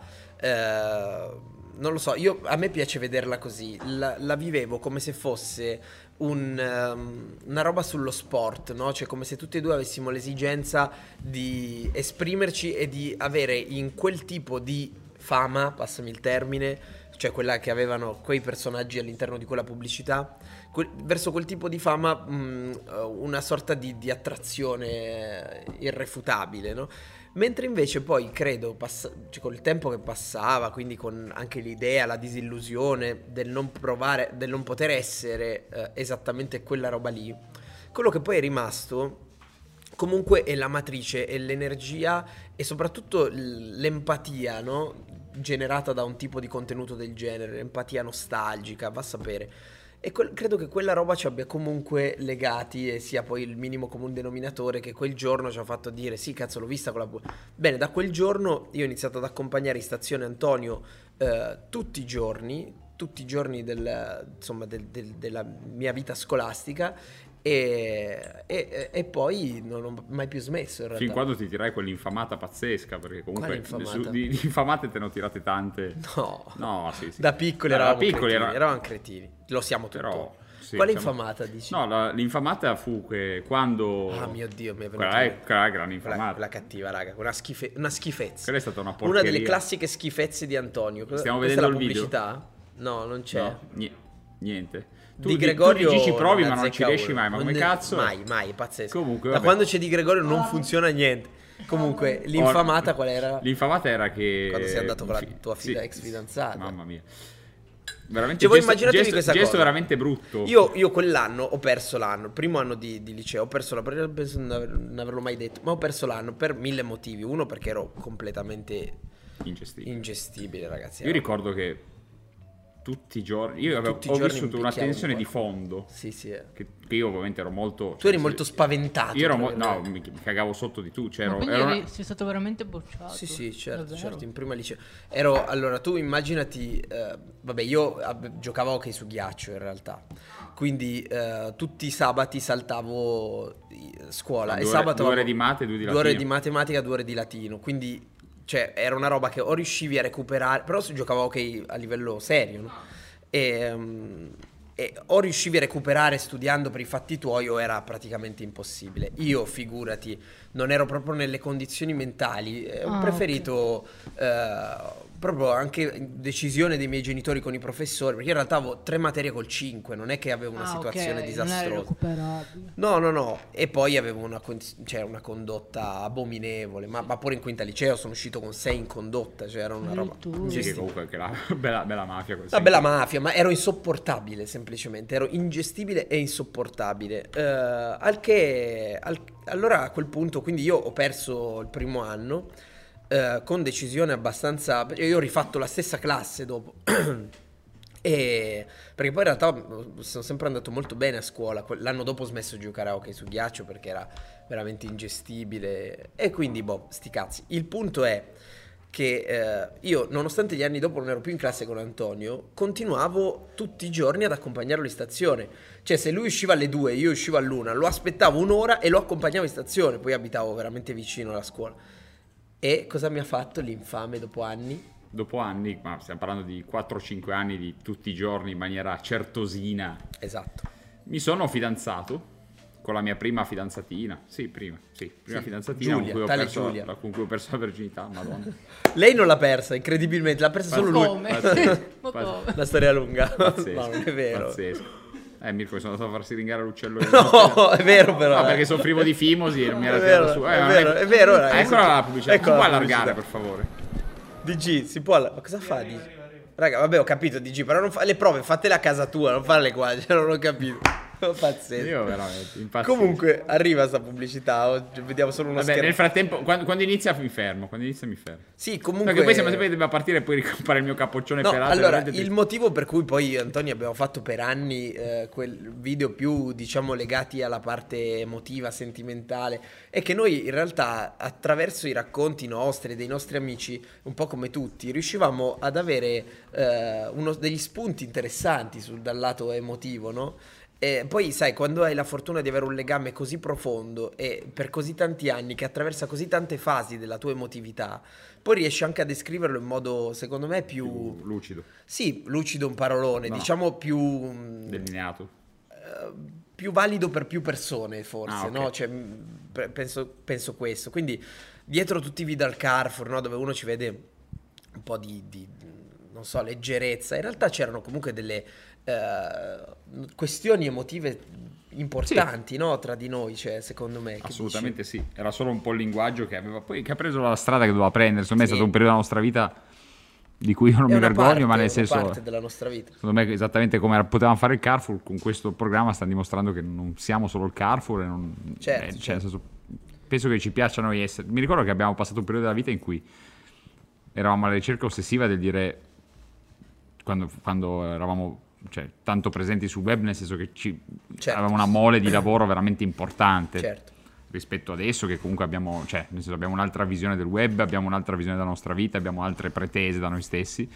Eh, non lo so, io, a me piace vederla così, la, la vivevo come se fosse un, um, una roba sullo sport, no? Cioè come se tutti e due avessimo l'esigenza di esprimerci e di avere in quel tipo di fama, passami il termine, cioè quella che avevano quei personaggi all'interno di quella pubblicità, que- verso quel tipo di fama mh, una sorta di, di attrazione irrefutabile, no? Mentre invece poi credo, pass- cioè col tempo che passava, quindi con anche l'idea, la disillusione del non provare, del non poter essere eh, esattamente quella roba lì, quello che poi è rimasto comunque è la matrice, è l'energia e soprattutto l'empatia, no? Generata da un tipo di contenuto del genere, empatia nostalgica, va a sapere. E quel, credo che quella roba ci abbia comunque legati e sia poi il minimo comune denominatore che quel giorno ci ha fatto dire sì, cazzo, l'ho vista con la... Bu-". Bene, da quel giorno io ho iniziato ad accompagnare in stazione Antonio eh, tutti i giorni, tutti i giorni del, insomma, del, del, della mia vita scolastica e, e, e poi non ho mai più smesso in realtà. Fin quando ti tirai quell'infamata pazzesca, perché comunque Infamata? su, di, di infamate te ne ho tirate tante. No, no sì, sì. Da piccoli no, eravamo da piccoli cretini, era... eravamo cretini, lo siamo tuttora. Però, sì, Quale siamo... infamata dici? No, la, l'infamata fu che quando... Ah mio Dio, mi è venuto quella è, quella è grande infamata. Quella, quella cattiva, raga, una, schife... una schifezza. Quella è stata una porcheria. Una delle classiche schifezze di Antonio. Stiamo Questa vedendo è la il video? pubblicità? No, non c'è. No, niente. Tu Di di, Gregorio tu di ci provi ma non azzecca ci riesci uno. mai, ma come Non- cazzo? Mai, mai, è pazzesco. Comunque, da vabbè. quando c'è Di Gregorio non funziona niente. Comunque, l'infamata qual era? L'infamata era che... Quando sei andato con la Fi- tua fida sì, ex fidanzata. Mamma mia. Veramente Cioè, voi gesto, immaginatevi gesto, questa gesto cosa. veramente brutto. Io, io quell'anno ho perso l'anno, il primo anno di, di liceo, ho perso la penso di non aver- non averlo mai detto, ma ho perso l'anno per mille motivi. Uno perché ero completamente Ingestibile. ingestibile, ragazzi. Io ero- ricordo che tutti i giorni... Io avevo, Tutti i ho giorni vissuto mi una picchiavo tensione un di po'. fondo. Sì, sì. eh. Che, che io ovviamente ero molto... Tu eri cioè, molto se- spaventato. Io ero tra mo- no, virgolette. mi, mi cagavo sotto di tu. Cioè, Ma ero, quindi ero una- eri- sei stato veramente bocciato? Sì, sì, certo, Davvero? certo, in prima liceo. Ero, allora, tu immaginati, eh, vabbè, io ab- giocavo a hockey su ghiaccio in realtà, quindi eh, tutti i sabati saltavo i- scuola Due e ore- sabato due ore avevo di matte e due di due ore latino. di matematica, due ore di latino, quindi cioè era una roba che o riuscivi a recuperare, però se giocavo a hockey a livello serio, no? E, mm, e o riuscivi a recuperare studiando per i fatti tuoi o era praticamente impossibile. Io, figurati, non ero proprio nelle condizioni mentali, eh, ho Ah, preferito eh, proprio anche decisione dei miei genitori con i professori, perché in realtà avevo tre materie col cinque, non è che avevo una Ah, situazione ok, non disastrosa. era recuperabile. No, no, no, e poi avevo una, con- cioè, una condotta abominevole, ma, ma pure in quinta liceo sono uscito con sei in condotta, cioè era una roba... Addirittura. Sì, che comunque anche la bella, bella mafia. quel Una bella senso. mafia, ma ero insopportabile semplicemente, ero ingestibile e insopportabile. Eh, al che, al- allora a quel punto, quindi io ho perso il primo anno eh, con decisione abbastanza... Io ho rifatto la stessa classe dopo. E perché poi in realtà sono sempre andato molto bene a scuola. Que- L'anno dopo ho smesso di giocare a hockey su ghiaccio perché era veramente ingestibile. E quindi, boh, sti cazzi. Il punto è che eh, io, nonostante gli anni dopo non ero più in classe con Antonio, continuavo tutti i giorni ad accompagnarlo in stazione. Cioè, se lui usciva alle due, io uscivo all'una, lo aspettavo un'ora e lo accompagnavo in stazione. Poi abitavo veramente vicino alla scuola. E cosa mi ha fatto l'infame dopo anni? dopo anni, ma stiamo parlando di quattro cinque anni di tutti i giorni in maniera certosina. Esatto. Mi sono fidanzato con la mia prima fidanzatina. Sì, prima, sì, prima Sì, fidanzatina Giulia, con, cui ho tale perso, Giulia. la- con cui ho perso la virginità, madonna. Lei non l'ha persa, incredibilmente, l'ha persa solo lui. Come? Pazzesco, Ma pazzesco. come? Una storia lunga. Pazzesco, No, non è vero. Pazzesco. Eh, Mirko, mi sono andato a far siringare l'uccello. No, è vero però. No, eh. perché soffrivo di fimosi e non mi era È tirato vero, su. è non vero, è vero, Ah, ragazzi. eccola la pubblicità. Ecco Si la può pubblicità. allargare, per favore? D G, si può... alla- Ma cosa fa D G? Raga, vabbè, ho capito D G, però non fa... le prove fatele a casa tua, non farle qua, cioè, non ho capito. Pazzesco. Io veramente impazzisco. Comunque, arriva sta pubblicità, oggi vediamo solo uno Vabbè, schermo. nel frattempo, quando, quando inizia mi fermo. Quando inizia mi fermo. Sì, comunque... Perché poi siamo sempre che dobbiamo partire e poi ricompare il mio capoccione No, pelato. allora, veramente il triste. motivo per cui poi io e Antonio abbiamo fatto per anni eh, quel video più, diciamo, legati alla parte emotiva, sentimentale, è che noi in realtà attraverso i racconti nostri, dei nostri amici, un po' come tutti, riuscivamo ad avere eh, uno, degli spunti interessanti sul, dal lato emotivo, no? E poi sai, quando hai la fortuna di avere un legame così profondo e per così tanti anni, che attraversa così tante fasi della tua emotività, poi riesci anche a descriverlo in modo, secondo me, più... Più lucido, Sì, lucido un parolone, No. diciamo più... mh, delineato. eh, più valido per più persone, forse, Ah, ok. no? Cioè, mh, pe- penso, penso questo. Quindi, dietro tutti i video al Carrefour, no? Dove uno ci vede un po' di, di, non so, leggerezza, in realtà c'erano comunque delle eh, questioni emotive importanti, no? Tra di noi, cioè, secondo me. Che Assolutamente sì. Era solo un po' il linguaggio che aveva poi che ha preso la strada che doveva prendere. Secondo me è stato un periodo della nostra vita di cui io non dici? mi È una vergogno, parte, ma nel una senso, parte della nostra vita. secondo me esattamente come era- potevamo fare il Carrefour, con questo programma stanno dimostrando che non siamo solo il Carrefour e non, Certo, eh, cioè, certo. nel senso, penso che ci piaccia a noi essere. Mi ricordo che abbiamo passato un periodo della vita in cui eravamo alla ricerca ossessiva del dire, quando, quando eravamo, cioè, tanto presenti sul web, nel senso che ci, Certo. avevamo una mole di lavoro veramente importante Certo. rispetto adesso, che comunque abbiamo, cioè, nel senso, abbiamo un'altra visione del web, abbiamo un'altra visione della nostra vita, abbiamo altre pretese da noi stessi.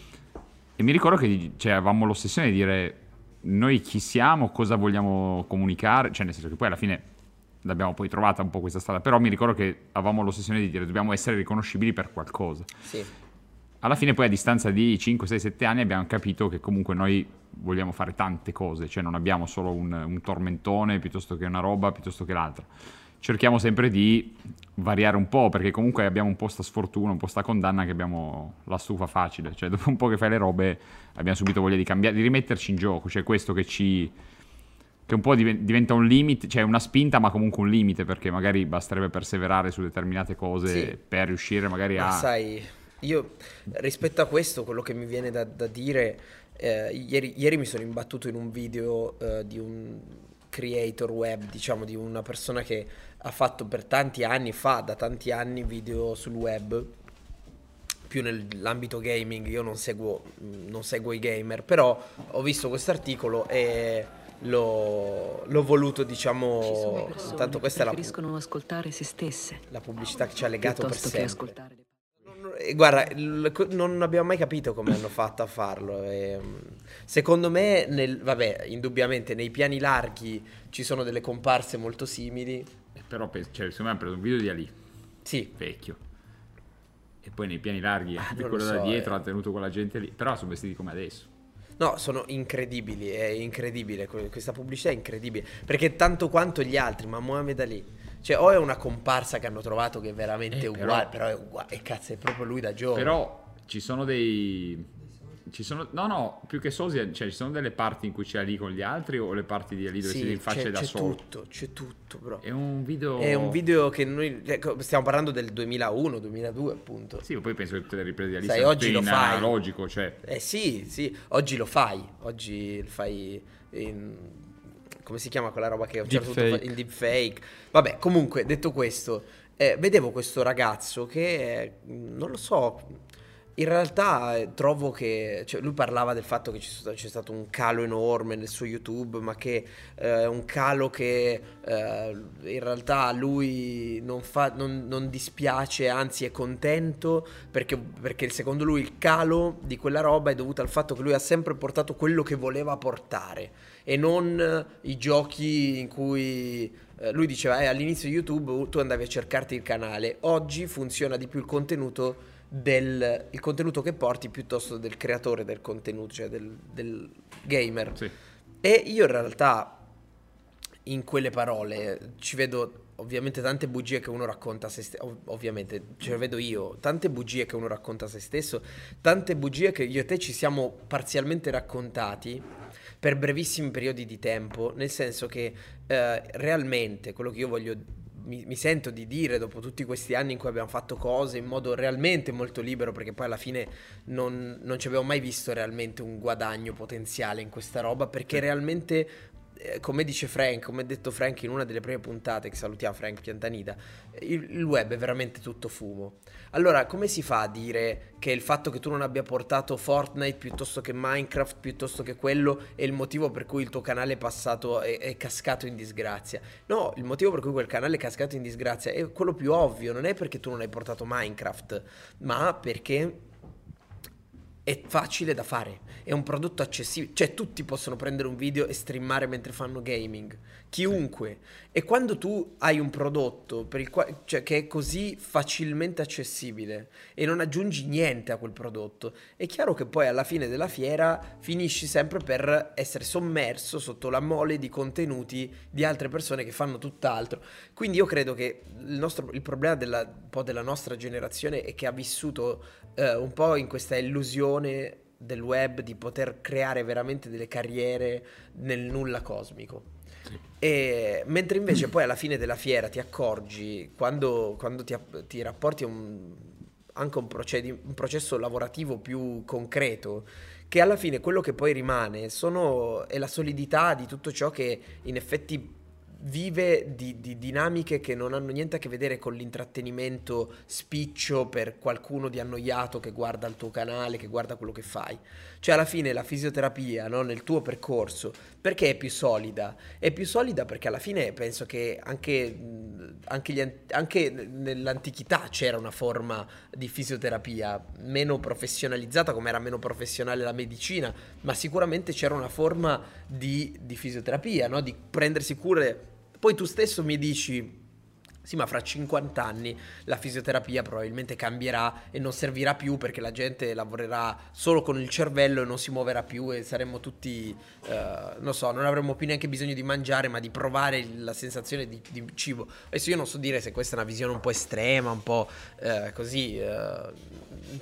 E mi ricordo che, cioè, avevamo l'ossessione di dire noi chi siamo, cosa vogliamo comunicare, cioè nel senso che poi alla fine l'abbiamo poi trovata un po' questa strada, però mi ricordo che avevamo l'ossessione di dire dobbiamo essere riconoscibili per qualcosa. Sì. Alla fine poi a distanza di cinque sei sette anni abbiamo capito che comunque noi vogliamo fare tante cose, cioè non abbiamo solo un, un tormentone piuttosto che una roba, piuttosto che l'altra. Cerchiamo sempre di variare un po', perché comunque abbiamo un po' sta sfortuna, un po' sta condanna che abbiamo la stufa facile, cioè dopo un po' che fai le robe abbiamo subito voglia di cambiare, di rimetterci in gioco, cioè questo che ci... che un po' diven- diventa un limite, cioè una spinta ma comunque un limite, perché magari basterebbe perseverare su determinate cose Sì. per riuscire magari Ma a... sai, io rispetto a questo, quello che mi viene da, da dire, eh, ieri, ieri mi sono imbattuto in un video eh, di un creator web, diciamo, di una persona che ha fatto per tanti anni, fa da tanti anni video sul web, più nell'ambito gaming. Io non seguo, non seguo i gamer, però ho visto questo articolo e l'ho, l'ho voluto, diciamo, tanto questa è la, preferiscono ascoltare se stesse la pubblicità che ci ha legato per piuttosto che sempre. ascoltare le Eh, Guarda, il- co- non abbiamo mai capito come hanno fatto a farlo. e, mm, secondo me, nel, vabbè, indubbiamente nei piani larghi ci sono delle comparse molto simili. Però pe- cioè, secondo me hanno preso un video di Ali, Sì, vecchio, e poi nei piani larghi Ah, di non quello lo da so, dietro eh. ha tenuto quella gente lì, però sono vestiti come adesso. no, sono incredibili, è incredibile, que- questa pubblicità è incredibile, perché tanto quanto gli altri, ma Mohamed Ali, cioè o è una comparsa che hanno trovato che è veramente Eh, però- uguale, però è uguale, e cazzo è proprio lui da giovane. Però ci sono dei... Ci sono, no, no, più che sosia, cioè ci sono delle parti in cui c'è Ali con gli altri o le parti di Ali dove Sì, si rinfaccia c'è, da c'è solo? tutto, c'è tutto, bro. È un video... È un video che noi, ecco, stiamo parlando del duemilauno, duemiladue appunto. Sì, ma poi penso che tutte le riprese di Ali Sai, siano oggi lo in fai. analogico, cioè... Eh sì, sì, oggi lo fai, oggi lo fai in... come si chiama quella roba che a un certo punto fa Deepfake. il deepfake. Vabbè, comunque, detto questo, eh, vedevo questo ragazzo che, eh, non lo so, in realtà eh, trovo che, cioè, lui parlava del fatto che c'è stato, c'è stato un calo enorme nel suo YouTube, ma che eh, un calo che eh, in realtà a lui non, fa, non, non dispiace, anzi è contento, perché, perché secondo lui il calo di quella roba è dovuto al fatto che lui ha sempre portato quello che voleva portare e non eh, i giochi in cui eh, lui diceva eh, all'inizio di YouTube tu andavi a cercarti il canale, oggi funziona di più il contenuto del il contenuto che porti piuttosto del creatore del contenuto, cioè del, del gamer. Sì. E io in realtà in quelle parole ci vedo ovviamente tante bugie che uno racconta a se stesso, ov- ovviamente ce le vedo io, tante bugie che uno racconta a se stesso, tante bugie che io e te ci siamo parzialmente raccontati per brevissimi periodi di tempo, nel senso che eh, realmente quello che io voglio Mi, mi sento di dire dopo tutti questi anni in cui abbiamo fatto cose in modo realmente molto libero, perché poi alla fine non, non ci abbiamo mai visto realmente un guadagno potenziale in questa roba, perché realmente eh, come dice Frank, come ha detto Frank in una delle prime puntate, che salutiamo Frank Piantanida, il, il web è veramente tutto fumo. Allora come si fa a dire che il fatto che tu non abbia portato Fortnite piuttosto che Minecraft piuttosto che quello è il motivo per cui il tuo canale è passato è, è cascato in disgrazia? No, il motivo per cui quel canale è cascato in disgrazia è quello più ovvio, non è perché tu non hai portato Minecraft, ma perché è facile da fare, è un prodotto accessibile, cioè tutti possono prendere un video e streamare mentre fanno gaming, chiunque. E quando tu hai un prodotto per il quale, cioè, che è così facilmente accessibile e non aggiungi niente a quel prodotto, è chiaro che poi alla fine della fiera finisci sempre per essere sommerso sotto la mole di contenuti di altre persone che fanno tutt'altro. Quindi io credo che il nostro il problema della, un po' della nostra generazione è che ha vissuto eh, un po' in questa illusione del web di poter creare veramente delle carriere nel nulla cosmico. Sì. E mentre invece poi alla fine della fiera ti accorgi, quando, quando ti, ti rapporti a un, anche un, procedi, un processo lavorativo più concreto, che alla fine quello che poi rimane sono, è la solidità di tutto ciò che in effetti vive di, di dinamiche che non hanno niente a che vedere con l'intrattenimento spiccio per qualcuno di annoiato che guarda il tuo canale, che guarda quello che fai. Cioè alla fine la fisioterapia, no, nel tuo percorso, perché è più solida? È più solida perché alla fine penso che anche, anche, gli, anche nell'antichità c'era una forma di fisioterapia meno professionalizzata, come era meno professionale la medicina, ma sicuramente c'era una forma di, di fisioterapia, no? Di prendersi cure. Poi tu stesso mi dici, sì, ma fra cinquanta anni la fisioterapia probabilmente cambierà e non servirà più perché la gente lavorerà solo con il cervello e non si muoverà più e saremmo tutti, uh, non so, non avremmo più neanche bisogno di mangiare, ma di provare la sensazione di, di cibo. Adesso io non so dire se questa è una visione un po' estrema, un po' uh, così, uh, un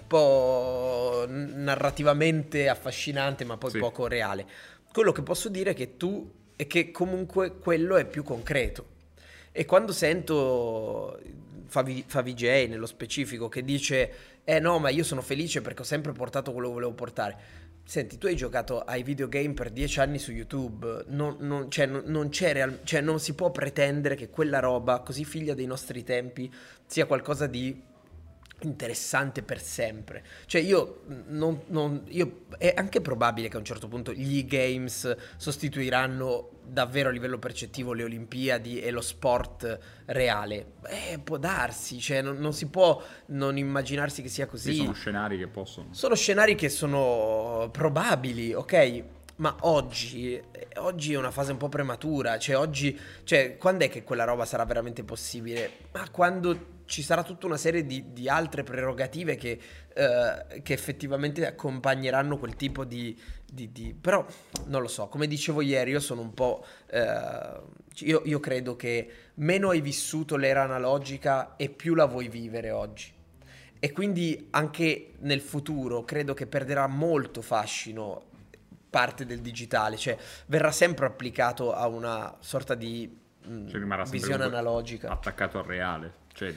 po' narrativamente affascinante, ma poi sì. poco reale. Quello che posso dire è che tu è che comunque quello è più concreto. E quando sento Favi, Favij nello specifico che dice eh no, ma io sono felice perché ho sempre portato quello che volevo portare. Senti, tu hai giocato ai videogame per dieci anni su YouTube, non, non, cioè, non, non c'è real, cioè non si può pretendere che quella roba così figlia dei nostri tempi sia qualcosa di interessante per sempre. Cioè io non, non io è anche probabile che a un certo punto gli games sostituiranno davvero a livello percettivo le Olimpiadi e lo sport reale. Eh, può darsi, cioè non, non si può non immaginarsi che sia così. Sì, sono scenari che possono. Sono scenari che sono probabili, ok? Ma oggi, oggi è una fase un po' prematura. Cioè oggi, cioè quando è che quella roba sarà veramente possibile? Ma quando ci sarà tutta una serie di, di altre prerogative che, eh, che effettivamente accompagneranno quel tipo di, di, di... Però non lo so, come dicevo ieri, io sono un po'... Eh, io, io credo che meno hai vissuto l'era analogica e più la vuoi vivere oggi. E quindi anche nel futuro credo che perderà molto fascino parte del digitale, cioè verrà sempre applicato a una sorta di mh, cioè, rimarrà visione analogica, attaccato al reale, cioè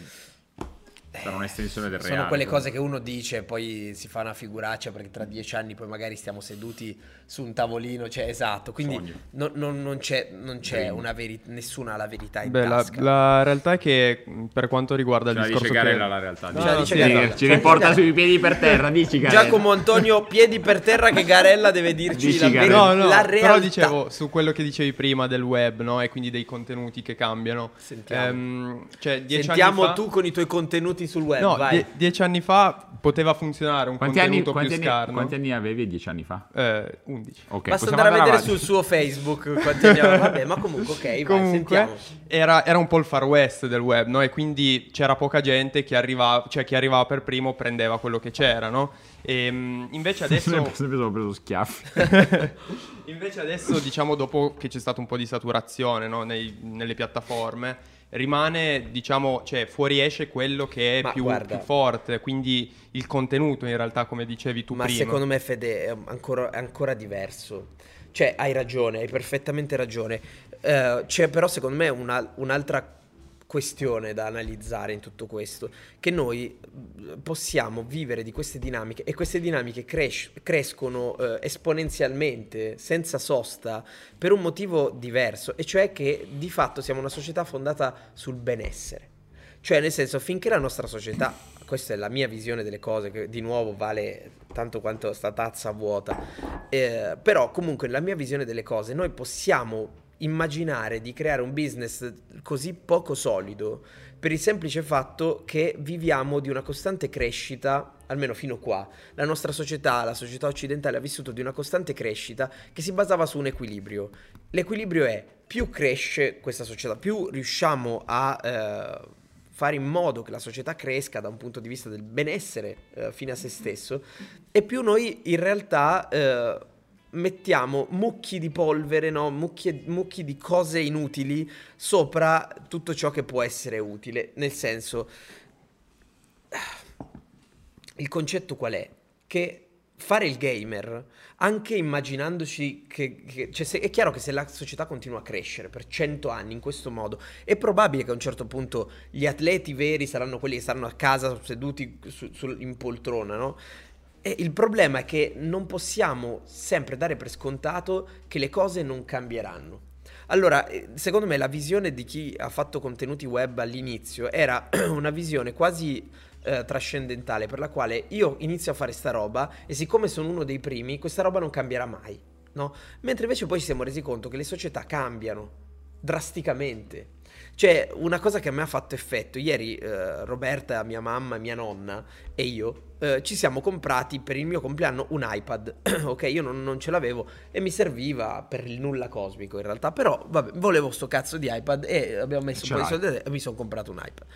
sarà un'estensione del sono reale. quelle cose che uno dice e poi si fa una figuraccia perché tra dieci anni poi magari stiamo seduti su un tavolino, cioè esatto, quindi non, non, non c'è, non c'è una veri- nessuna ha la verità in Beh, la, tasca. la realtà è che per quanto riguarda il Ce la discorso dice Garella che... la realtà. Ce la no, dice sì, Garella. Ci riporta sui piedi per terra, dici Garella. Giacomo Antonio, piedi per terra che Garella deve dirci Dici la, Garella. veri- No, no, la realtà. però dicevo su quello che dicevi prima del web, no? E quindi dei contenuti che cambiano. Sentiamo, Ehm, cioè, dieci Sentiamo anni fa... tu con i tuoi contenuti tutti sul web, No, vai. die- dieci anni fa poteva funzionare un Quanti anni, contenuto quanti, più anni, scarno. quanti anni avevi dieci anni fa? Eh, undici. Ok, Basta possiamo andare a vedere avanti. sul suo Facebook quanti anni aveva. Vabbè, ma comunque, ok, vai, Comunque sentiamo. era, era un po' il far west del web, no? E quindi c'era poca gente che arrivava, cioè chi arrivava per primo prendeva quello che c'era, no? E mh, invece adesso Sempre sono preso schiaffi. invece adesso, diciamo, dopo che c'è stato un po' di saturazione, no? Nei- nelle piattaforme, rimane, diciamo, cioè fuoriesce quello che è Ma più, guarda. più forte, quindi il contenuto in realtà, come dicevi tu Ma prima. secondo me, Fede, è ancora, è ancora diverso. Cioè, hai ragione, hai perfettamente ragione. Eh, c'è però, secondo me, una- un'altra questione da analizzare in tutto questo, che noi eh, possiamo vivere di queste dinamiche e queste dinamiche cres- crescono eh, esponenzialmente, senza sosta, per un motivo diverso, e cioè che di fatto siamo una società fondata sul benessere. Cioè, nel senso, finché la nostra società, questa è la mia visione delle cose, che di nuovo vale tanto quanto sta tazza vuota, eh, però comunque nella mia visione delle cose noi possiamo immaginare di creare un business così poco solido per il semplice fatto che viviamo di una costante crescita, almeno fino qua. La nostra società, la società occidentale ha vissuto di una costante crescita che si basava su un equilibrio. L'equilibrio è: più cresce questa società, più riusciamo a eh, fare in modo che la società cresca da un punto di vista del benessere eh, fine a se stesso, e più noi in realtà eh, mettiamo mucchi di polvere, no? mucchi, mucchi di cose inutili sopra tutto ciò che può essere utile. Nel senso, il concetto qual è? Che fare il gamer, anche immaginandoci che, che cioè se, è chiaro che se la società continua a crescere per cento anni in questo modo, è probabile che a un certo punto gli atleti veri saranno quelli che saranno a casa seduti su, su, in poltrona, no? E il problema è che non possiamo sempre dare per scontato che le cose non cambieranno. Allora, eh, secondo me la visione di chi ha fatto contenuti web all'inizio era una visione quasi eh, trascendentale, per la quale io inizio a fare sta roba e siccome sono uno dei primi, questa roba non cambierà mai, no? Mentre invece poi ci siamo resi conto che le società cambiano drasticamente. Cioè, una cosa che a me ha fatto effetto, ieri eh, Roberta, mia mamma, mia nonna e io eh, ci siamo comprati per il mio compleanno un iPad. Ok, io non, non ce l'avevo e mi serviva per il nulla cosmico in realtà, però vabbè, volevo sto cazzo di iPad e abbiamo messo un po' di soldi e mi sono comprato un iPad.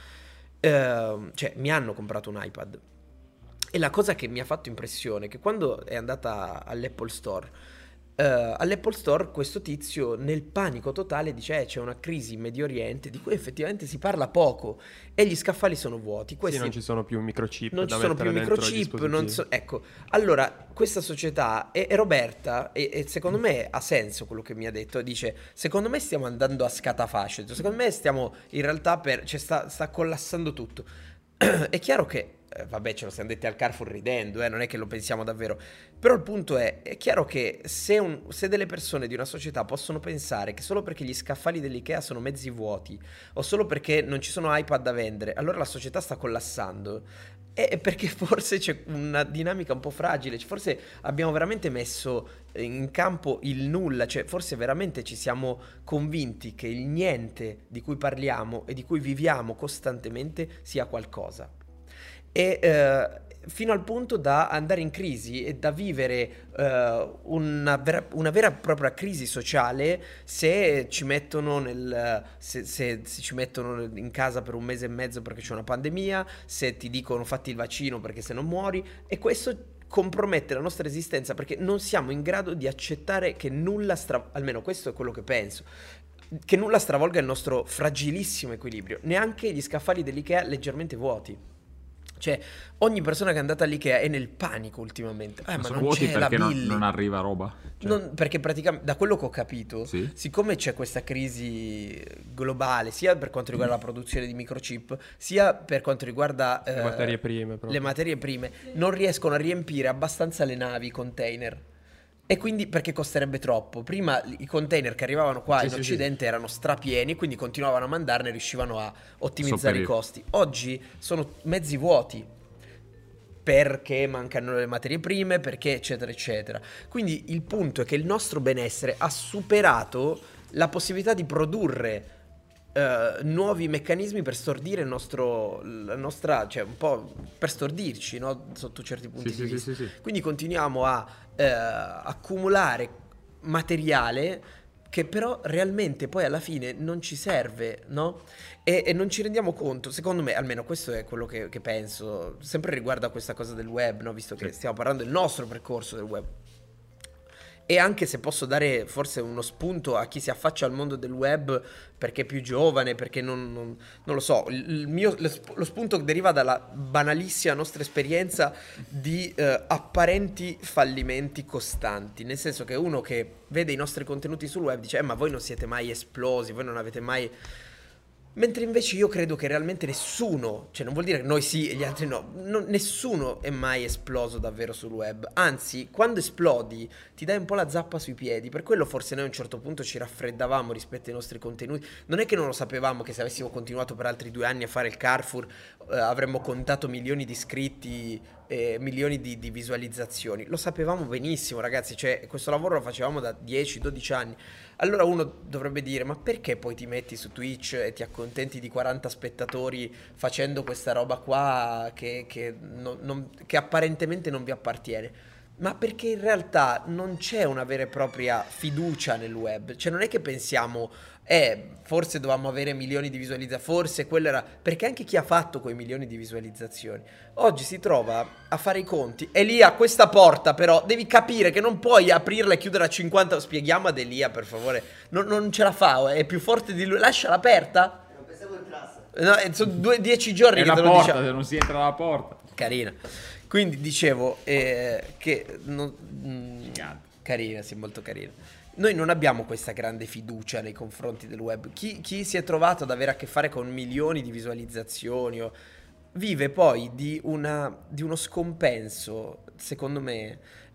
Eh, cioè, mi hanno comprato un iPad. E la cosa che mi ha fatto impressione è che quando è andata all'Apple Store, Uh, all'Apple Store questo tizio nel panico totale dice eh, c'è una crisi in Medio Oriente di cui effettivamente si parla poco e gli scaffali sono vuoti. Questi Sì, non ci sono più microchip non da ci sono più mettere dentro ai microchip, non dispositivi. so, ecco, allora questa società e, e Roberta e, e secondo me ha senso quello che mi ha detto, dice secondo me stiamo andando a scatafascio, secondo me stiamo in realtà per cioè sta, sta collassando tutto. È chiaro che eh, vabbè, ce lo siamo detti al Carrefour ridendo, eh, non è che lo pensiamo davvero. Però il punto è, è chiaro che se, un, se delle persone di una società possono pensare che solo perché gli scaffali dell'Ikea sono mezzi vuoti o solo perché non ci sono iPad da vendere, allora la società sta collassando, è perché forse c'è una dinamica un po' fragile, forse abbiamo veramente messo in campo il nulla, cioè forse veramente ci siamo convinti che il niente di cui parliamo e di cui viviamo costantemente sia qualcosa. E eh, fino al punto da andare in crisi e da vivere eh, una, vera, una vera e propria crisi sociale se ci mettono nel se, se, se ci mettono in casa per un mese e mezzo perché c'è una pandemia, se ti dicono fatti il vaccino perché se non muori, e questo compromette la nostra esistenza perché non siamo in grado di accettare che nulla stra- almeno questo è quello che penso, che nulla stravolga il nostro fragilissimo equilibrio, neanche gli scaffali dell'Ikea leggermente vuoti. Cioè, ogni persona che è andata all'Ikea è nel panico ultimamente. Eh, ma sono non vuoti c'è la perché non, Billy. non arriva roba. Cioè. Non, perché praticamente, da quello che ho capito, Sì. siccome c'è questa crisi globale, sia per quanto riguarda la produzione di microchip, sia per quanto riguarda Le eh, materie prime proprio. le materie prime, non riescono a riempire abbastanza le navi, i container. E quindi perché costerebbe troppo? Prima i container che arrivavano qua Sì, in sì, Occidente erano strapieni, quindi continuavano a mandarne e riuscivano a ottimizzare Sopperire. i costi. Oggi sono mezzi vuoti perché mancano le materie prime, perché eccetera eccetera. Quindi il punto è che il nostro benessere ha superato la possibilità di produrre uh, nuovi meccanismi per stordire il nostro, la nostra, cioè un po' per stordirci, no? Sotto certi punti sì, di sì, vista. sì, sì. Quindi continuiamo a uh, accumulare materiale che però realmente poi alla fine non ci serve, no? E, e non ci rendiamo conto, secondo me, almeno questo è quello che, che penso, sempre riguardo a questa cosa del web, no? Visto che stiamo parlando del nostro percorso del web. E anche se posso dare forse uno spunto a chi si affaccia al mondo del web perché è più giovane, perché non, non, non lo so, il mio, lo spunto deriva dalla banalissima nostra esperienza di eh, apparenti fallimenti costanti, nel senso che uno che vede i nostri contenuti sul web dice eh, ma voi non siete mai esplosi, voi non avete mai... Mentre invece io credo che realmente nessuno, cioè non vuol dire che noi sì e gli altri no, non, nessuno è mai esploso davvero sul web. Anzi, quando esplodi ti dai un po' la zappa sui piedi. Per quello forse noi a un certo punto ci raffreddavamo rispetto ai nostri contenuti. Non è che non lo sapevamo che se avessimo continuato per altri due anni a fare il Carrefour eh, avremmo contato milioni di iscritti, eh, milioni di, di visualizzazioni. Lo sapevamo benissimo, ragazzi, cioè questo lavoro lo facevamo da dieci dodici anni. Allora uno dovrebbe dire ma perché poi ti metti su Twitch e ti accontenti di quaranta spettatori facendo questa roba qua che, che, non, non, che apparentemente non vi appartiene? Ma perché in realtà non c'è una vera e propria fiducia nel web. Cioè non è che pensiamo eh forse dovevamo avere milioni di visualizzazioni, forse quello era... Perché anche chi ha fatto quei milioni di visualizzazioni oggi si trova a fare i conti. Elia, questa porta però devi capire che non puoi aprirla e chiudere a cinquanta. Spieghiamo ad Elia per favore, non, non ce la fa, è più forte di lui. Lasciala aperta. Non pensavo entrasse. No, sono due, dieci giorni è che la te lo porta, diciamo. se non si entra dalla porta. Carina. Quindi dicevo eh, che non, mh, carina, sì, molto carina. Noi non abbiamo questa grande fiducia nei confronti del web. Chi, chi si è trovato ad avere a che fare con milioni di visualizzazioni o, vive poi di, una, di uno scompenso, secondo me,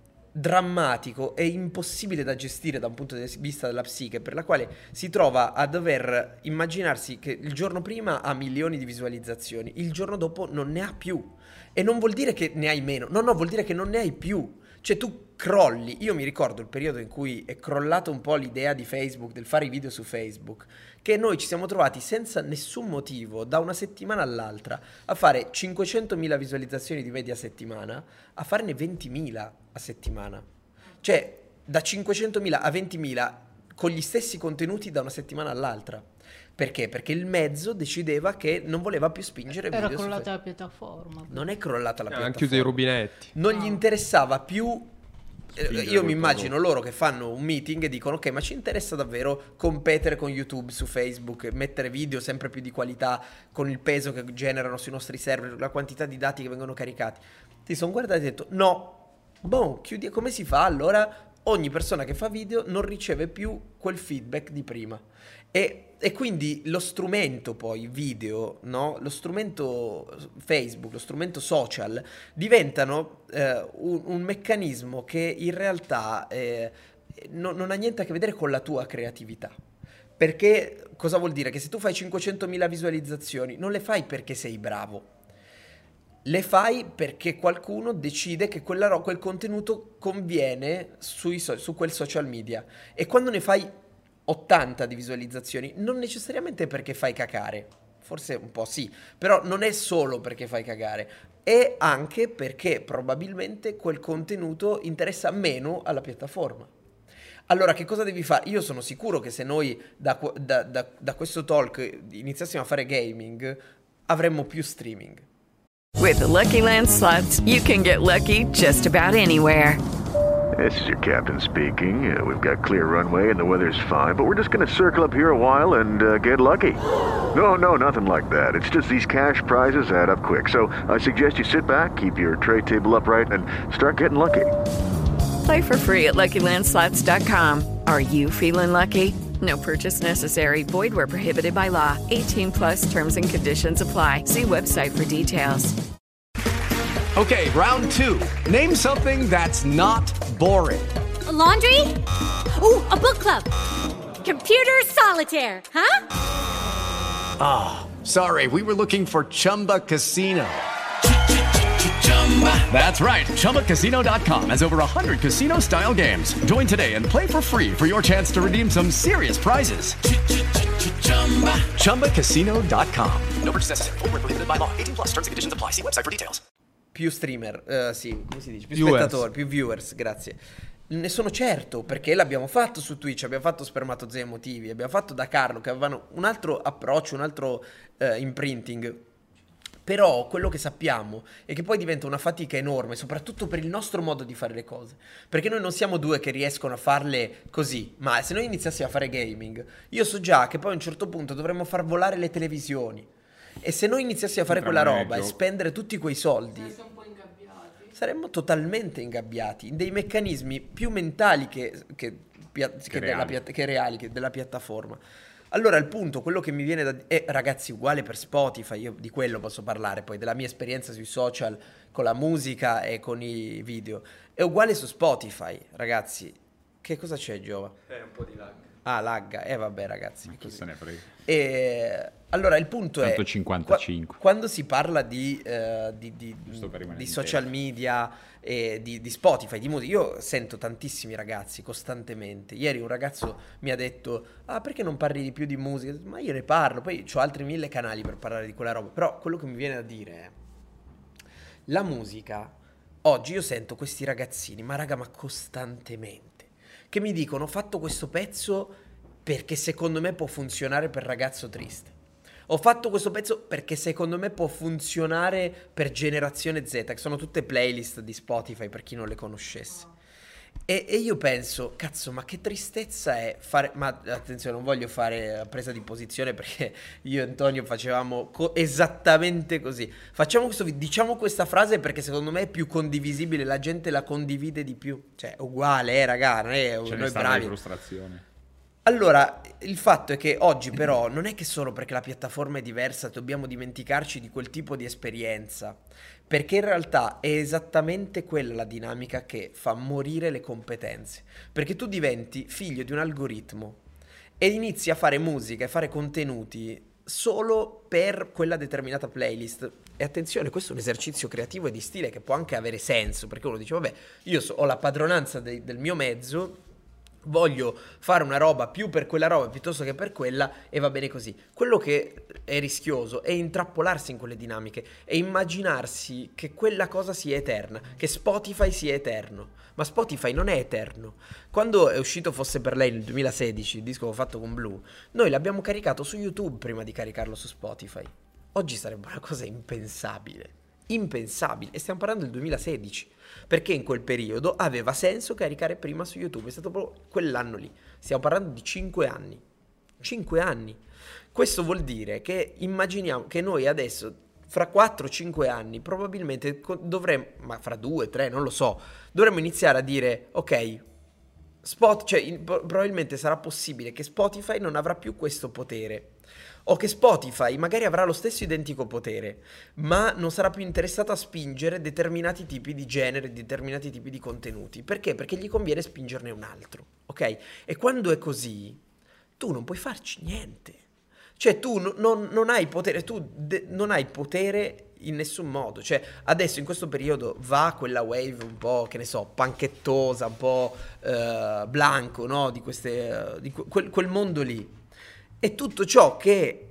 drammatico e impossibile da gestire da un punto di vista della psiche, per la quale si trova a dover immaginarsi che il giorno prima ha milioni di visualizzazioni, il giorno dopo non ne ha più. E non vuol dire che ne hai meno, no, no, vuol dire che non ne hai più. Cioè tu crolli. Io mi ricordo il periodo in cui è crollata un po' l'idea di Facebook, del fare i video su Facebook, che noi ci siamo trovati senza nessun motivo, da una settimana all'altra, a fare cinquecentomila visualizzazioni di media a settimana, a farne ventimila a settimana. Cioè da cinquecentomila a ventimila con gli stessi contenuti da una settimana all'altra. Perché? Perché il mezzo decideva che non voleva più spingere Era video su crollata Facebook. la piattaforma. Non è crollata la Eh, piattaforma. hanno chiuso i rubinetti. Non gli interessava più. eh, Spingere Io mi col immagino prodotto. loro che fanno un meeting e dicono ok, ma ci interessa davvero competere con YouTube su Facebook, mettere video sempre più di qualità con il peso che generano sui nostri server, la quantità di dati che vengono caricati. Ti sono guardati e detto no, boh, chiudi. Come si fa? Allora ogni persona che fa video non riceve più quel feedback di prima. E, e quindi lo strumento poi video, no? Lo strumento Facebook, lo strumento social diventano eh, un, un meccanismo che in realtà eh, no, non ha niente a che vedere con la tua creatività. Perché cosa vuol dire? Che se tu fai cinquecentomila visualizzazioni non le fai perché sei bravo, le fai perché qualcuno decide che quella ro- quel contenuto conviene sui so- su quel social media. E quando ne fai ottanta di visualizzazioni, non necessariamente perché fai cacare, forse un po' sì, però non è solo perché fai cagare, è anche perché probabilmente quel contenuto interessa meno alla piattaforma. Allora che cosa devi fare? Io sono sicuro che se noi da, da, da, da questo talk iniziassimo a fare gaming avremmo più streaming. With the Lucky Land Slots, you can get lucky just about anywhere. This is your captain speaking. Uh, we've got clear runway and the weather's fine, but we're just going to circle up here a while and uh, get lucky. No, no, nothing like that. It's just these cash prizes add up quick. So I suggest you sit back, keep your tray table upright, and start getting lucky. Play for free at Lucky Land Slots dot com. Are you feeling lucky? No purchase necessary. Void where prohibited by law. eighteen plus terms and conditions apply. See website for details. Okay, round two. Name something that's not boring. A laundry? Ooh, a book club. Computer solitaire, huh? Ah, oh, sorry, we were looking for Chumba Casino. That's right, Chumba Casino dot com has over one hundred casino-style games. Join today and play for free for your chance to redeem some serious prizes. chumba casino dot com. No purchase necessary. Void where prohibited by law. eighteen plus terms and conditions apply. See website for details. Più streamer, uh, sì, come si dice? Più Viewers. spettatori, più viewers, grazie. Ne sono certo, perché l'abbiamo fatto su Twitch, abbiamo fatto Spermatozoi Emotivi, abbiamo fatto da Carlo, che avevano un altro approccio, un altro uh, imprinting. Però quello che sappiamo è che poi diventa una fatica enorme, soprattutto per il nostro modo di fare le cose. Perché noi non siamo due che riescono a farle così, ma se noi iniziassimo a fare gaming, io so già che poi a un certo punto dovremmo far volare le televisioni. E se noi iniziassimo a fare quella roba e spendere tutti quei soldi, saremmo totalmente ingabbiati in dei meccanismi più mentali che, che, che, che, della, reali. che reali, che della piattaforma. Allora il punto, quello che mi viene da dire, eh, ragazzi, uguale per Spotify, io di quello posso parlare, poi della mia esperienza sui social con la musica e con i video, è uguale su Spotify, ragazzi. Che cosa c'è, Giova? È un po' di lag. Ah, lagga, eh vabbè ragazzi, Ma chi così. se ne frega. E allora il punto è centocinquantacinque. qua- quando si parla di, eh, di, di, Giusto per rimanere di in social tema. media e di, di Spotify, di musica, io sento tantissimi ragazzi costantemente. Ieri un ragazzo mi ha detto: ah, perché non parli di più di musica? Ma io ne parlo, poi ho altri mille canali per parlare di quella roba. Però quello che mi viene da dire è: la musica, oggi io sento questi ragazzini, ma raga, ma costantemente, che mi dicono: ho fatto questo pezzo perché secondo me può funzionare per ragazzo triste. Ho fatto questo pezzo perché secondo me può funzionare per Generazione Z, che sono tutte playlist di Spotify per chi non le conoscesse. E, e io penso, cazzo, ma che tristezza è fare... Ma attenzione, non voglio fare presa di posizione, perché io e Antonio facevamo co- esattamente così. Facciamo questo video, diciamo questa frase perché secondo me è più condivisibile, la gente la condivide di più. Cioè, uguale, eh, raga, non è Ce ne noi sta bravi. di frustrazione. Allora, il fatto è che oggi però non è che solo perché la piattaforma è diversa dobbiamo dimenticarci di quel tipo di esperienza, perché in realtà è esattamente quella la dinamica che fa morire le competenze, perché tu diventi figlio di un algoritmo e inizi a fare musica e fare contenuti solo per quella determinata playlist. E attenzione, questo è un esercizio creativo e di stile che può anche avere senso, perché uno dice: vabbè, io so- ho la padronanza de- del mio mezzo, voglio fare una roba più per quella roba piuttosto che per quella, e va bene così. Quello che è rischioso è intrappolarsi in quelle dinamiche e immaginarsi che quella cosa sia eterna, che Spotify sia eterno. Ma Spotify non è eterno. Quando è uscito Fosse per lei nel duemilasedici, il disco che ho fatto con Blue, noi l'abbiamo caricato su YouTube prima di caricarlo su Spotify. Oggi sarebbe una cosa impensabile. Impensabile. E stiamo parlando del duemilasedici, perché in quel periodo aveva senso caricare prima su YouTube. È stato proprio quell'anno lì. Stiamo parlando di cinque anni. cinque anni. Questo vuol dire che immaginiamo che noi adesso, fra quattro cinque anni, probabilmente dovremmo, ma fra due tre, non lo so, dovremmo iniziare a dire: ok, Spot, cioè in, probabilmente sarà possibile che Spotify non avrà più questo potere, o che Spotify magari avrà lo stesso identico potere, ma non sarà più interessato a spingere determinati tipi di genere, determinati tipi di contenuti. Perché? Perché gli conviene spingerne un altro, ok? E quando è così, tu non puoi farci niente. Cioè tu no, non, non hai potere, tu de- non hai potere in nessun modo. Cioè adesso in questo periodo va quella wave un po', che ne so, panchettosa, un po' uh, blanco, no? Di queste, uh, di quel, quel mondo lì. E tutto ciò che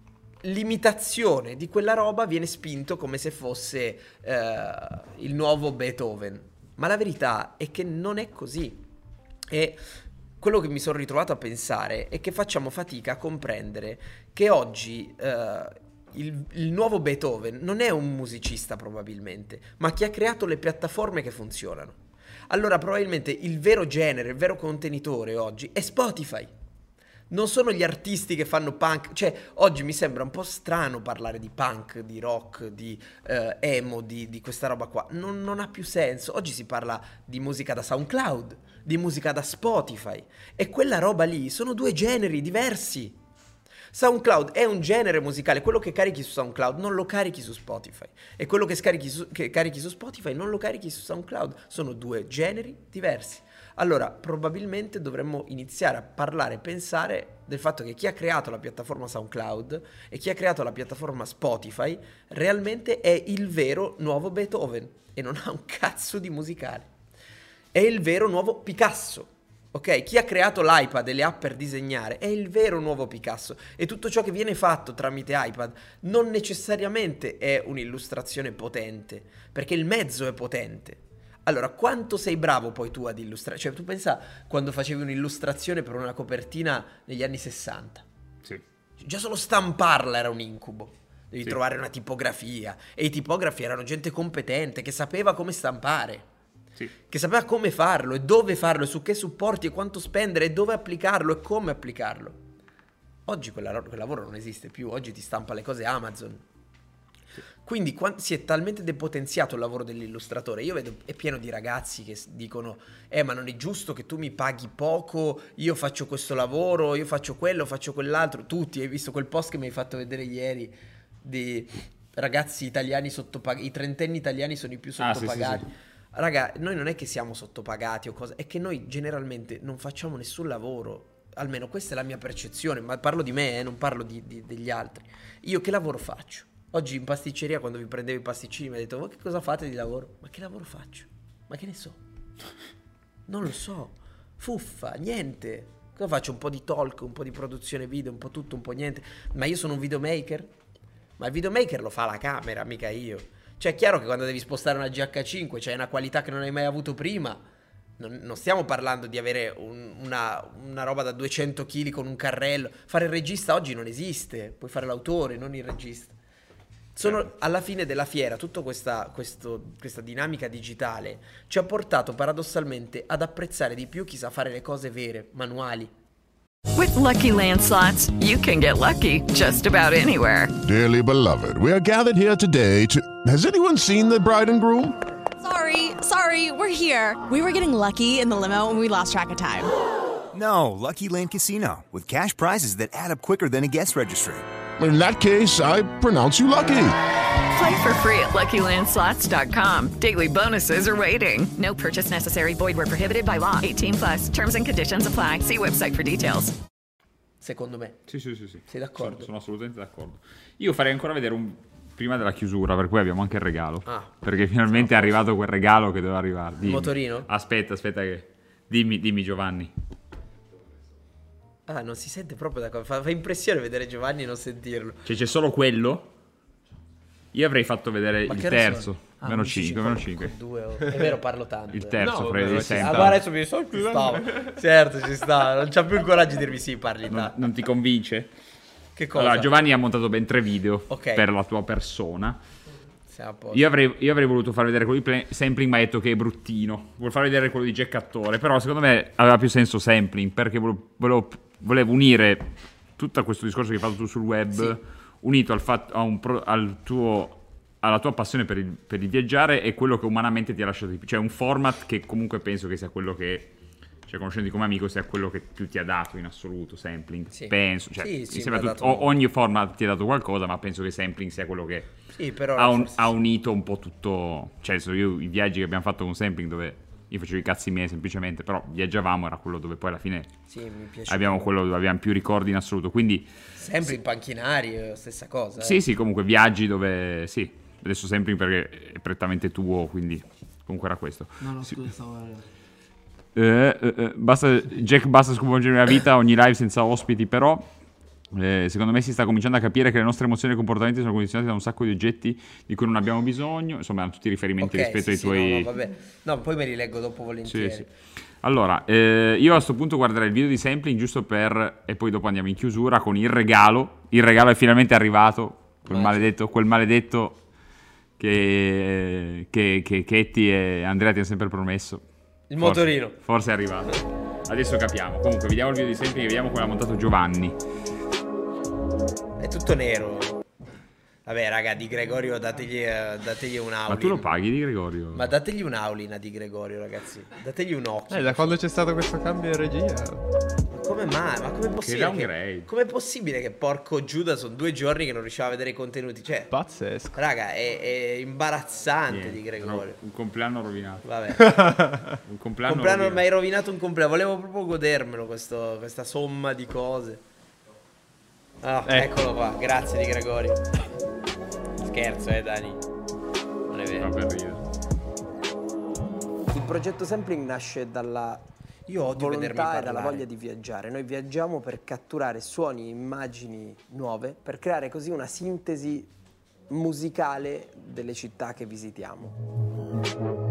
l'imitazione di quella roba viene spinto come se fosse uh, il nuovo Beethoven. Ma la verità è che non è così. E quello che mi sono ritrovato a pensare è che facciamo fatica a comprendere che oggi uh, il, il nuovo Beethoven non è un musicista probabilmente, ma chi ha creato le piattaforme che funzionano. Allora probabilmente il vero genere, il vero contenitore oggi è Spotify. Non sono gli artisti che fanno punk. Cioè oggi mi sembra un po' strano parlare di punk, di rock, di uh, emo, di, di questa roba qua. Non, non ha più senso. Oggi si parla di musica da SoundCloud, di musica da Spotify, e quella roba lì sono due generi diversi. SoundCloud è un genere musicale, quello che carichi su SoundCloud non lo carichi su Spotify, e quello che, scarichi su, che carichi su Spotify non lo carichi su SoundCloud. Sono due generi diversi. Allora probabilmente dovremmo iniziare a parlare e pensare del fatto che chi ha creato la piattaforma SoundCloud e chi ha creato la piattaforma Spotify realmente è il vero nuovo Beethoven e non ha un cazzo di musicale. È il vero nuovo Picasso Ok, chi ha creato l'iPad e le app per disegnare è il vero nuovo Picasso, e tutto ciò che viene fatto tramite iPad non necessariamente è un'illustrazione potente, perché il mezzo è potente. Allora, quanto sei bravo poi tu ad illustrare? Cioè, tu pensa quando facevi un'illustrazione per una copertina negli anni sessanta. Sì. Già solo stamparla era un incubo. Devi Sì. trovare una tipografia, e i tipografi erano gente competente che sapeva come stampare. Sì. Che sapeva come farlo e dove farlo e su che supporti e quanto spendere e dove applicarlo e come applicarlo. Oggi quella, quel lavoro non esiste più, oggi ti stampa le cose Amazon. Sì. Quindi quant- si è talmente depotenziato il lavoro dell'illustratore. Io vedo, è pieno di ragazzi che s- dicono eh ma non è giusto che tu mi paghi poco, io faccio questo lavoro, io faccio quello, faccio quell'altro. Tutti, hai visto quel post che mi hai fatto vedere ieri di ragazzi italiani sottopagati, i trentenni italiani sono i più sottopagati. Ah, sì, sì, sì. Raga, noi non è che siamo sottopagati o cosa, è che noi generalmente non facciamo nessun lavoro, almeno questa è la mia percezione, ma parlo di me, eh, non parlo di, di, degli altri. Io che lavoro faccio? Oggi in pasticceria, quando vi prendevo i pasticcini, mi ha detto: ma che cosa fate di lavoro? Ma che lavoro faccio? Ma che ne so? Non lo so. Fuffa, niente. Cosa faccio? Un po' di talk, un po' di produzione video, un po' tutto, un po' niente. Ma io sono un videomaker? Ma il videomaker lo fa la camera, mica io. Cioè è chiaro che quando devi spostare una G H cinque c'è una qualità che non hai mai avuto prima. Non, non stiamo parlando di avere un, una, una roba da duecento chili con un carrello. Fare il regista oggi non esiste. Puoi fare l'autore, non il regista. Sono alla fine della fiera, tutta questa, questo, questa dinamica digitale ci ha portato paradossalmente ad apprezzare di più chi sa fare le cose vere, manuali. With Lucky Land Slots, you can get lucky just about anywhere. Dearly beloved, we are gathered here today to... Has anyone seen the bride and groom? Sorry, sorry, we're here. We were getting lucky in the limo and we lost track of time. No, Lucky Land Casino, with cash prizes that add up quicker than a guest registry. In that case, I pronounce you lucky. Play for free at Lucky Land Slots dot com. Daily bonuses are waiting. No purchase necessary. Void where prohibited by law. eighteen plus. Terms and conditions apply. See website for details. Secondo me. Sì, sì, sì, sì. Sei d'accordo? Sono, sono assolutamente d'accordo. Io farei ancora vedere un... prima della chiusura, per cui abbiamo anche il regalo. Ah. Perché finalmente è arrivato quel regalo che doveva arrivare. Dimmi. Il motorino? Aspetta, aspetta che... Dimmi, dimmi Giovanni. Ah, non si sente proprio da cosa. Fa, fa impressione vedere Giovanni e non sentirlo. Cioè c'è solo quello? Io avrei fatto vedere Ma il che terzo. Ah, meno cinque, meno cinque. Due, oh. È vero, parlo tanto. Il terzo, no, Freddy, vabbè, senta. Ah, guarda, adesso mi sto ci stavo. Certo, ci sta. Non c'ha più il coraggio di dirmi sì, parli Non, tanto. non ti convince? Che cosa? Allora, Giovanni ha montato ben tre video Ok. per la tua persona. Siamo a posto. Io avrei, io avrei voluto far vedere quello di play- sampling, ma ha detto che è bruttino. Vuol far vedere quello di Jack Attore. Però secondo me aveva più senso sampling, perché volevo, volevo, volevo unire tutto questo discorso che hai fatto tu sul web, Sì. unito al fatto, a un pro- al tuo, alla tua passione per il, per il viaggiare e quello che umanamente ti ha lasciato di più. Cioè un format che comunque penso che sia quello che... Cioè, conoscendoti come amico, sia quello che più ti ha dato in assoluto, sampling. Sì. Penso, cioè, Sì, mi sì, sembra mi ha tut- dato- o- ogni format ti ha dato qualcosa, ma penso che sampling sia quello che Sì, però ha, un- forse ha sì. unito un po' tutto. Cioè, adesso io i viaggi che abbiamo fatto con sampling, dove io facevo i cazzi miei semplicemente, però viaggiavamo, era quello dove poi alla fine Sì, mi piace. abbiamo quello dove abbiamo più ricordi in assoluto. Quindi, Sempre in panchinari, eh, stessa cosa. eh. sì, sì, comunque viaggi dove, sì, adesso sampling perché è prettamente tuo, quindi comunque era questo. No, no, Sì. scusa, stavo guardando. Eh, eh, eh, basta, Jack basta sconvolgere la vita, ogni live senza ospiti però eh, secondo me si sta cominciando a capire che le nostre emozioni e comportamenti sono condizionati da un sacco di oggetti di cui non abbiamo bisogno, insomma hanno tutti i riferimenti Ok, rispetto sì, ai sì, tuoi... no, no, vabbè. No, poi me li leggo dopo volentieri. Sì, sì. Allora, eh, io a questo punto guarderei il video di sampling giusto per... e poi dopo andiamo in chiusura con il regalo. Il regalo è finalmente arrivato, quel Vai. maledetto, quel maledetto che, che, che Ketty e Andrea ti hanno sempre promesso. Il Forse- motorino. Forse è arrivato. Adesso capiamo. Comunque, vediamo il video di sampling e vediamo come l'ha montato Giovanni. È tutto nero. Vabbè, raga, di Gregorio dategli, eh, dategli un aulina. Ma tu lo paghi di Gregorio? Ma dategli un'aulina di Gregorio, ragazzi. Dategli un occhio. Eh, da quando c'è stato questo cambio in regia. Ma come mai? Ma come possibile? downgrade. Com'è possibile che porco Giuda sono due giorni che non riusciva a vedere i contenuti? Cioè, Pazzesco. raga, è, è imbarazzante Niente, di Gregorio. no, un compleanno rovinato. Vabbè. Un compleanno, compleanno, rovinato. mi hai rovinato un compleanno. Volevo proprio godermelo questo, questa somma di cose. Ah, Eh. eccolo qua. Grazie di Gregorio. Scherzo, eh, Dani. Non è vero. Fa per ridere. Il progetto sampling nasce dalla... Io odio vedermi volontà parlare. e dalla voglia di viaggiare. Noi viaggiamo per catturare suoni, immagini nuove, per creare così una sintesi musicale delle città che visitiamo.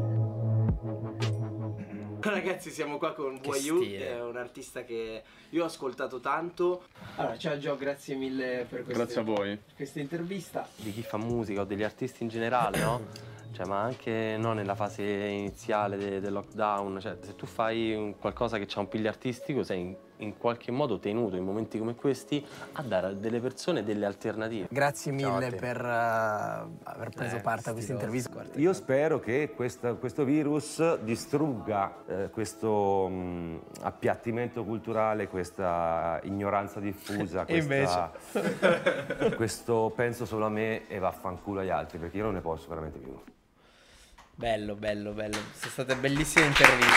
Ragazzi, siamo qua con Boyou, che è un artista che io ho ascoltato tanto. Allora, ciao Gio, grazie mille per queste, grazie a voi. questa intervista. Di chi fa musica o degli artisti in generale, no? Cioè, ma anche no, nella fase iniziale de- del lockdown, cioè se tu fai un qualcosa che ha un piglio artistico sei in, in qualche modo tenuto in momenti come questi a dare a delle persone delle alternative. Grazie mille per uh, aver preso Eh, parte a questa intervista. Io spero che questa, questo virus distrugga eh, questo mh, appiattimento culturale, questa ignoranza diffusa, E questa, questo penso solo a me e vaffanculo agli altri, perché io non ne posso veramente più. Bello, bello, bello. Sono state bellissime interviste.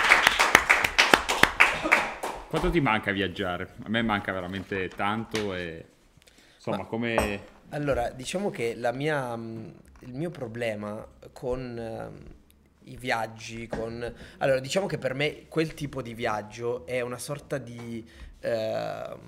Quanto ti manca viaggiare? A me manca veramente tanto e insomma, Ma- come... Allora, diciamo che la mia, mh, il mio problema con ehm, i viaggi, con... Allora, diciamo che per me quel tipo di viaggio è una sorta di ehm,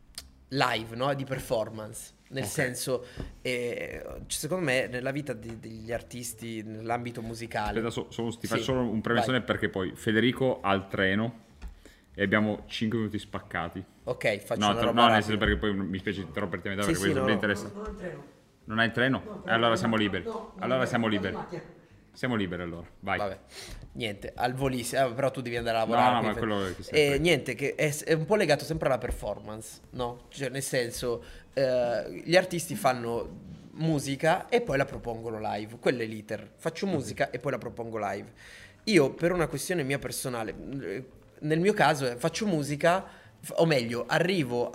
live, no? Di performance. Nel Ok. senso, eh, cioè, secondo me, nella vita di- degli artisti, nell'ambito musicale... Aspetta, so- so- ti Sì, faccio solo un premessione vai. perché poi Federico ha il treno e abbiamo cinque minuti spaccati. Ok, faccio no, una tra- roba no, nel rapida. senso perché poi mi spiace interromperti a metà Sì, perché sì, poi no, mi no. interessa. Non ho il treno. Non hai il treno? E allora siamo liberi. Allora siamo liberi. Siamo liberi allora, vai. Vabbè, niente, al volissimo, eh, però tu devi andare a lavorare. No, no, ma quindi- quello che si E frega. niente, che è, è un po' legato sempre alla performance, no? Cioè, nel senso, eh, gli artisti fanno musica e poi la propongono live, quello è l'iter. Faccio musica e poi la propongo live. Io, per una questione mia personale, eh, nel mio caso eh, faccio musica, f- o meglio, arrivo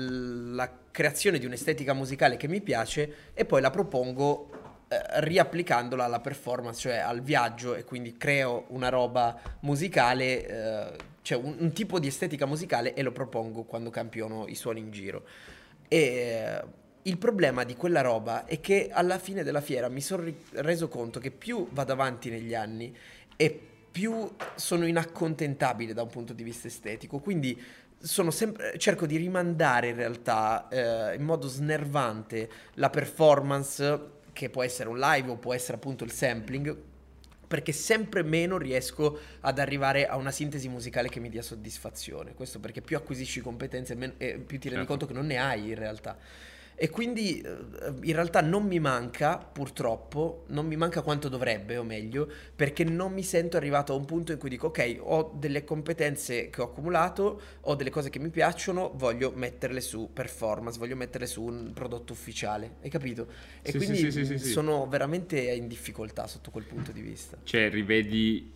alla creazione di un'estetica musicale che mi piace e poi la propongo eh, riapplicandola alla performance, cioè al viaggio, e quindi creo una roba musicale, eh, cioè un, un tipo di estetica musicale e lo propongo quando campiono i suoni in giro. E eh, il problema di quella roba è che alla fine della fiera mi sono ri- reso conto che più vado avanti negli anni e più sono inaccontentabile da un punto di vista estetico, quindi sono sempre, cerco di rimandare in realtà eh, in modo snervante la performance, che può essere un live o può essere appunto il sampling, perché sempre meno riesco ad arrivare a una sintesi musicale che mi dia soddisfazione. Questo perché più acquisisci competenze men- e più ti rendi Certo. conto che non ne hai in realtà. E quindi eh, in realtà non mi manca, purtroppo, non mi manca quanto dovrebbe, o meglio, perché non mi sento arrivato a un punto in cui dico ok, ho delle competenze che ho accumulato, ho delle cose che mi piacciono, voglio metterle su performance, voglio metterle su un prodotto ufficiale, hai capito? E Sì, quindi sì, sì, sì, sì, sì. sono veramente in difficoltà sotto quel punto di vista. Cioè, rivedi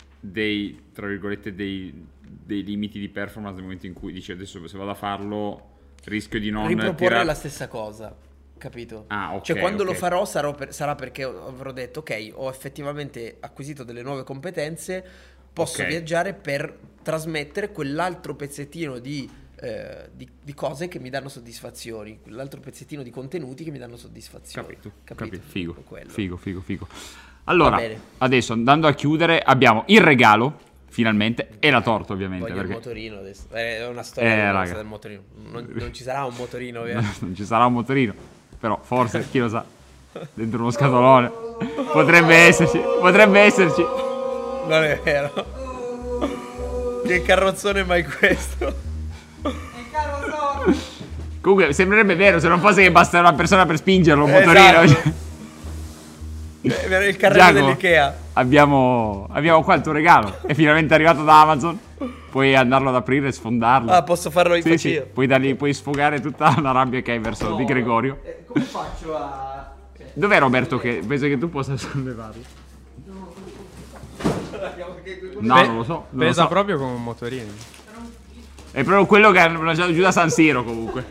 dei, tra virgolette, dei, dei limiti di performance nel momento in cui dici adesso se vado a farlo rischio di non Riproporre tirare... la stessa cosa, capito? Ah, ok, Cioè quando ok. lo farò sarò per- sarà perché avrò detto ok, ho effettivamente acquisito delle nuove competenze, posso Ok. viaggiare per trasmettere quell'altro pezzettino di, eh, di, di cose che mi danno soddisfazioni, quell'altro pezzettino di contenuti che mi danno soddisfazioni. Capito, Capito? capito, figo, Quello. figo, figo, figo. Allora, Va bene. adesso andando a chiudere abbiamo il regalo, finalmente, e la torta ovviamente. Voglio perché il motorino adesso. È una storia Eh, diversa raga. del motorino. Non, non ci sarà un motorino, ovviamente. non ci sarà un motorino, però forse, chi lo sa, dentro uno scatolone. Potrebbe esserci, potrebbe esserci. Non è vero. Che carrozzone mai questo? Comunque sembrerebbe vero se non fosse che basta una persona per spingerlo, un motorino. Esatto. Il carrello Giacomo, dell'Ikea. Abbiamo, abbiamo qua il tuo regalo. È finalmente arrivato da Amazon. Puoi andarlo ad aprire e sfondarlo. Ah, posso farlo io? Sì, Faccio sì. io. Puoi, dargli, puoi sfogare tutta la rabbia che hai verso No. di Gregorio. Eh, come faccio a... Dov'è Roberto che penso che tu possa sollevarlo? No, Pe- non lo so. Non lo Pesa so. proprio come un motorino. È proprio quello che hanno lasciato giù da San Siro comunque.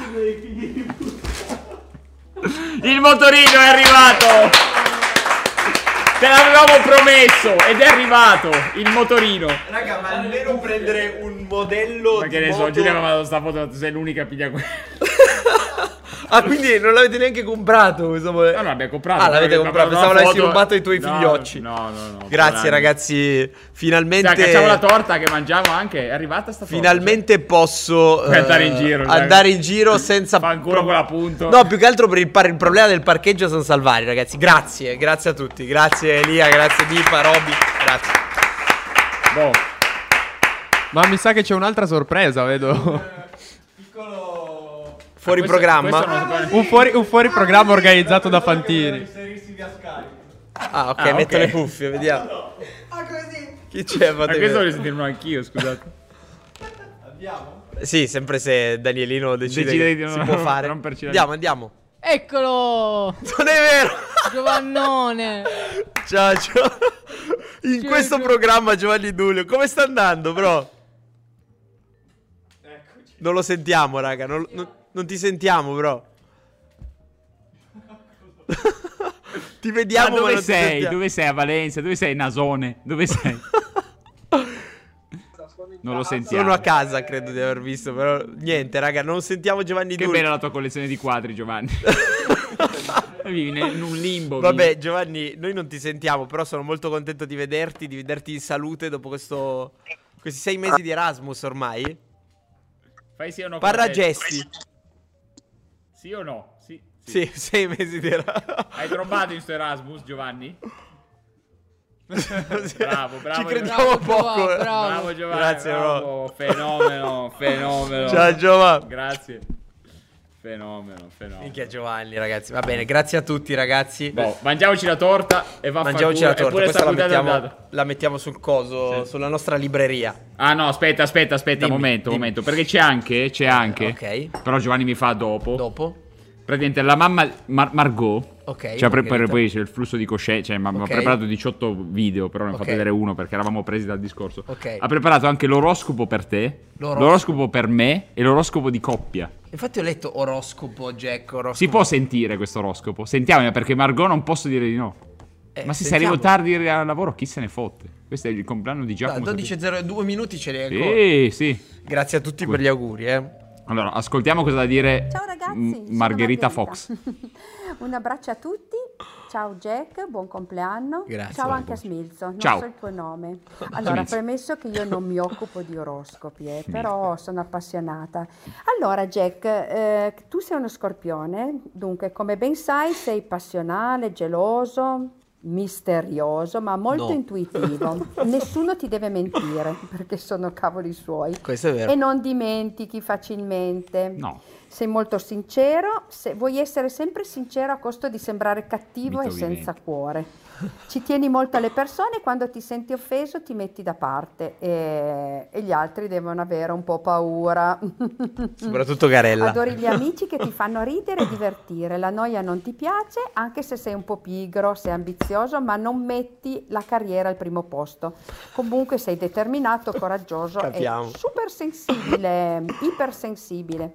Il motorino è arrivato! Te l'avevamo promesso ed è arrivato il motorino. Raga, ma almeno prendere un modello Ma che di ne so, moto... Giulia mi ha mandato sta foto, tu sei l'unica piglia quella. Ah, quindi non l'avete neanche comprato? Pensavo... No, no, l'abbiamo comprato. Ah, l'avete comprato. Pensavo l'avessi rubato ai tuoi no, figliocci. No, no, no. Grazie, ragazzi. Finalmente. Dai, cacciamo la torta che mangiamo anche. È arrivata sta torta. Finalmente cioè. posso uh, andare in giro. Andare in giro senza. Fanculo con l'appunto. No, più che altro per il, par- il problema del parcheggio San Salvari, ragazzi. Grazie, grazie a tutti. Grazie Elia, grazie Dipa, Roby. Grazie. Boh. Ma mi sa che c'è un'altra sorpresa, vedo. Piccolo fuori questo, programma. Questo un, fuori, un fuori programma organizzato da Fantini. Ah, ok, ah, metto okay. le cuffie, vediamo. Ah, così. Chi c'è? Ma questo voglio sentirlo anch'io, scusate. Andiamo? Sì, sempre se Danielino decide, decide che di si non, può fare. Andiamo, andiamo. Eccolo! Non è vero! Giovannone! Ciao, ciao. In ciao, questo ciao. programma Giovanni Dulio, come sta andando, bro? Eccoci. Non lo sentiamo, raga, non, non, non ti sentiamo, bro. Ti vediamo, ma dove ma sei? Dove sei a Valencia? Dove sei Nasone? Dove sei? Non lo sentiamo. Sono a casa, credo di aver visto, però niente, raga, non sentiamo Giovanni Che Dulio. bella la tua collezione di quadri, Giovanni. Vivi in un limbo. Vabbè, vivi. Giovanni, noi non ti sentiamo, però sono molto contento di vederti, di vederti in salute dopo questo questi sei mesi di Erasmus ormai. Fai sì o no? Parla gesti. Sì o no? Sì. Sì, sì sei mesi di Erasmus. Hai trombato in sto Erasmus, Giovanni? Bravo, bravo. Ci crediamo bravo, poco. Bravo, bravo Giovanni. Grazie, bravo. Bro. Fenomeno, fenomeno. Ciao Giovanni. Grazie. Fenomeno, fenomeno. Minchia Giovanni, ragazzi. Va bene, grazie a tutti, ragazzi. Boh, mangiamoci la torta e va a Mangiamoci la torta. Questa la mettiamo, la mettiamo sul coso, sì. Sulla nostra libreria. Ah no, aspetta, aspetta, aspetta, dimmi, momento, dimmi. momento. Perché c'è anche, c'è anche. Ok. Però Giovanni mi fa dopo. Dopo. Praticamente la mamma Mar- Margot. Ok. Cioè, pre- pre- poi c'è il flusso di coscienza. Cioè, mi ha okay. preparato diciotto video, però ne ho okay. fatto vedere uno perché eravamo presi dal discorso. Ok. Ha preparato anche l'oroscopo per te, l'oroscopo. l'oroscopo per me e l'oroscopo di coppia. Infatti ho letto oroscopo, Jack, oroscopo. Si può sentire questo oroscopo? Sentiamo, perché Margot non posso dire di no. Eh, Ma se sei arrivato tardi al lavoro, chi se ne fotte? Questo è il compleanno di Giacomo. Da dodici e zero due minuti ce ne ancora. Sì, sì. Grazie a tutti Scusa. per gli auguri, eh. Allora, ascoltiamo cosa da dire Ciao ragazzi, M- Margherita, Margherita Fox. Un abbraccio a tutti. Ciao Jack, buon compleanno. Grazie. Ciao anche a Smilzo, non Ciao. so il tuo nome. Allora, premesso che io non mi occupo di oroscopi, eh, però sono appassionata. Allora Jack, eh, tu sei uno scorpione, dunque come ben sai sei passionale, geloso, misterioso, ma molto no. intuitivo. Nessuno ti deve mentire, perché sono cavoli suoi. Questo è vero. E non dimentichi facilmente. No. Sei molto sincero, se vuoi essere sempre sincero a costo di sembrare cattivo Mito e senza vivente. cuore. Ci tieni molto alle persone, quando ti senti offeso ti metti da parte e, e gli altri devono avere un po' paura. Soprattutto Garella. Adori gli amici che ti fanno ridere e divertire, la noia non ti piace, anche se sei un po' pigro, sei ambizioso, ma non metti la carriera al primo posto. Comunque sei determinato, coraggioso Capiamo. e super sensibile, ipersensibile.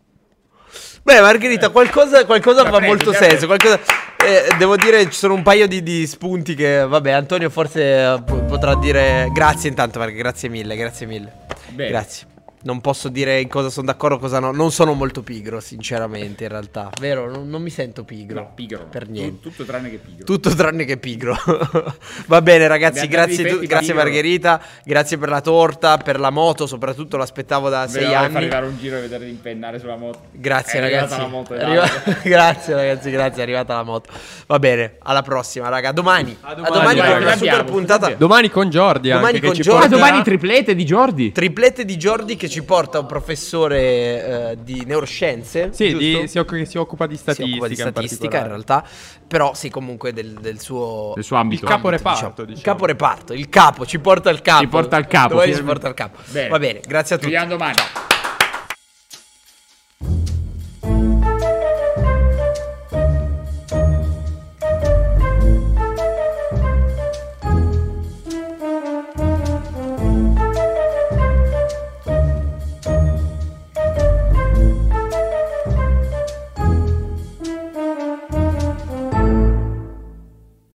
Beh, Margherita, qualcosa, qualcosa fa preso, molto senso. Qualcosa, eh, devo dire, ci sono un paio di, di spunti che, vabbè, Antonio forse eh, p- potrà dire. Grazie intanto, Margherita, grazie mille, grazie mille. Bene. Grazie. Non posso dire in cosa sono d'accordo, cosa no. Non sono molto pigro, sinceramente, in realtà. Vero? Non, non mi sento pigro. No, pigro. Per niente. Tutto, tutto tranne che pigro. Tutto tranne che pigro. Va bene, ragazzi, Abbiamo grazie, difetti, tu, grazie pigro. Margherita. Grazie per la torta, per la moto, soprattutto l'aspettavo da sei Volevo anni. far arrivare un giro e vedere impennare sulla moto. Grazie, è ragazzi. La moto, è Arriva... grazie, ragazzi, grazie, è arrivata la moto. Va bene, alla prossima, raga. Domani. A domani, domani, a domani dai, con una abbiamo, super puntata. Domani con Jordi Domani anche, con che ci Jordi. Ah, porterà... domani triplete di Jordi. Triplette di Jordi che ci porta un professore eh, di neuroscienze. Sì, giusto? di, si, occupa, si occupa di Si statistica. occupa di in statistica in, particolare. realtà. Però sì, comunque del, del suo Del suo ambito. Il capo ambito, reparto, diciamo. diciamo. Il capo reparto, il capo, ci porta il capo. Ci porta il capo, Domani ci finalmente. porta il capo. Bene. Va bene, grazie a Ci tutti. vediamo domani. Ciao.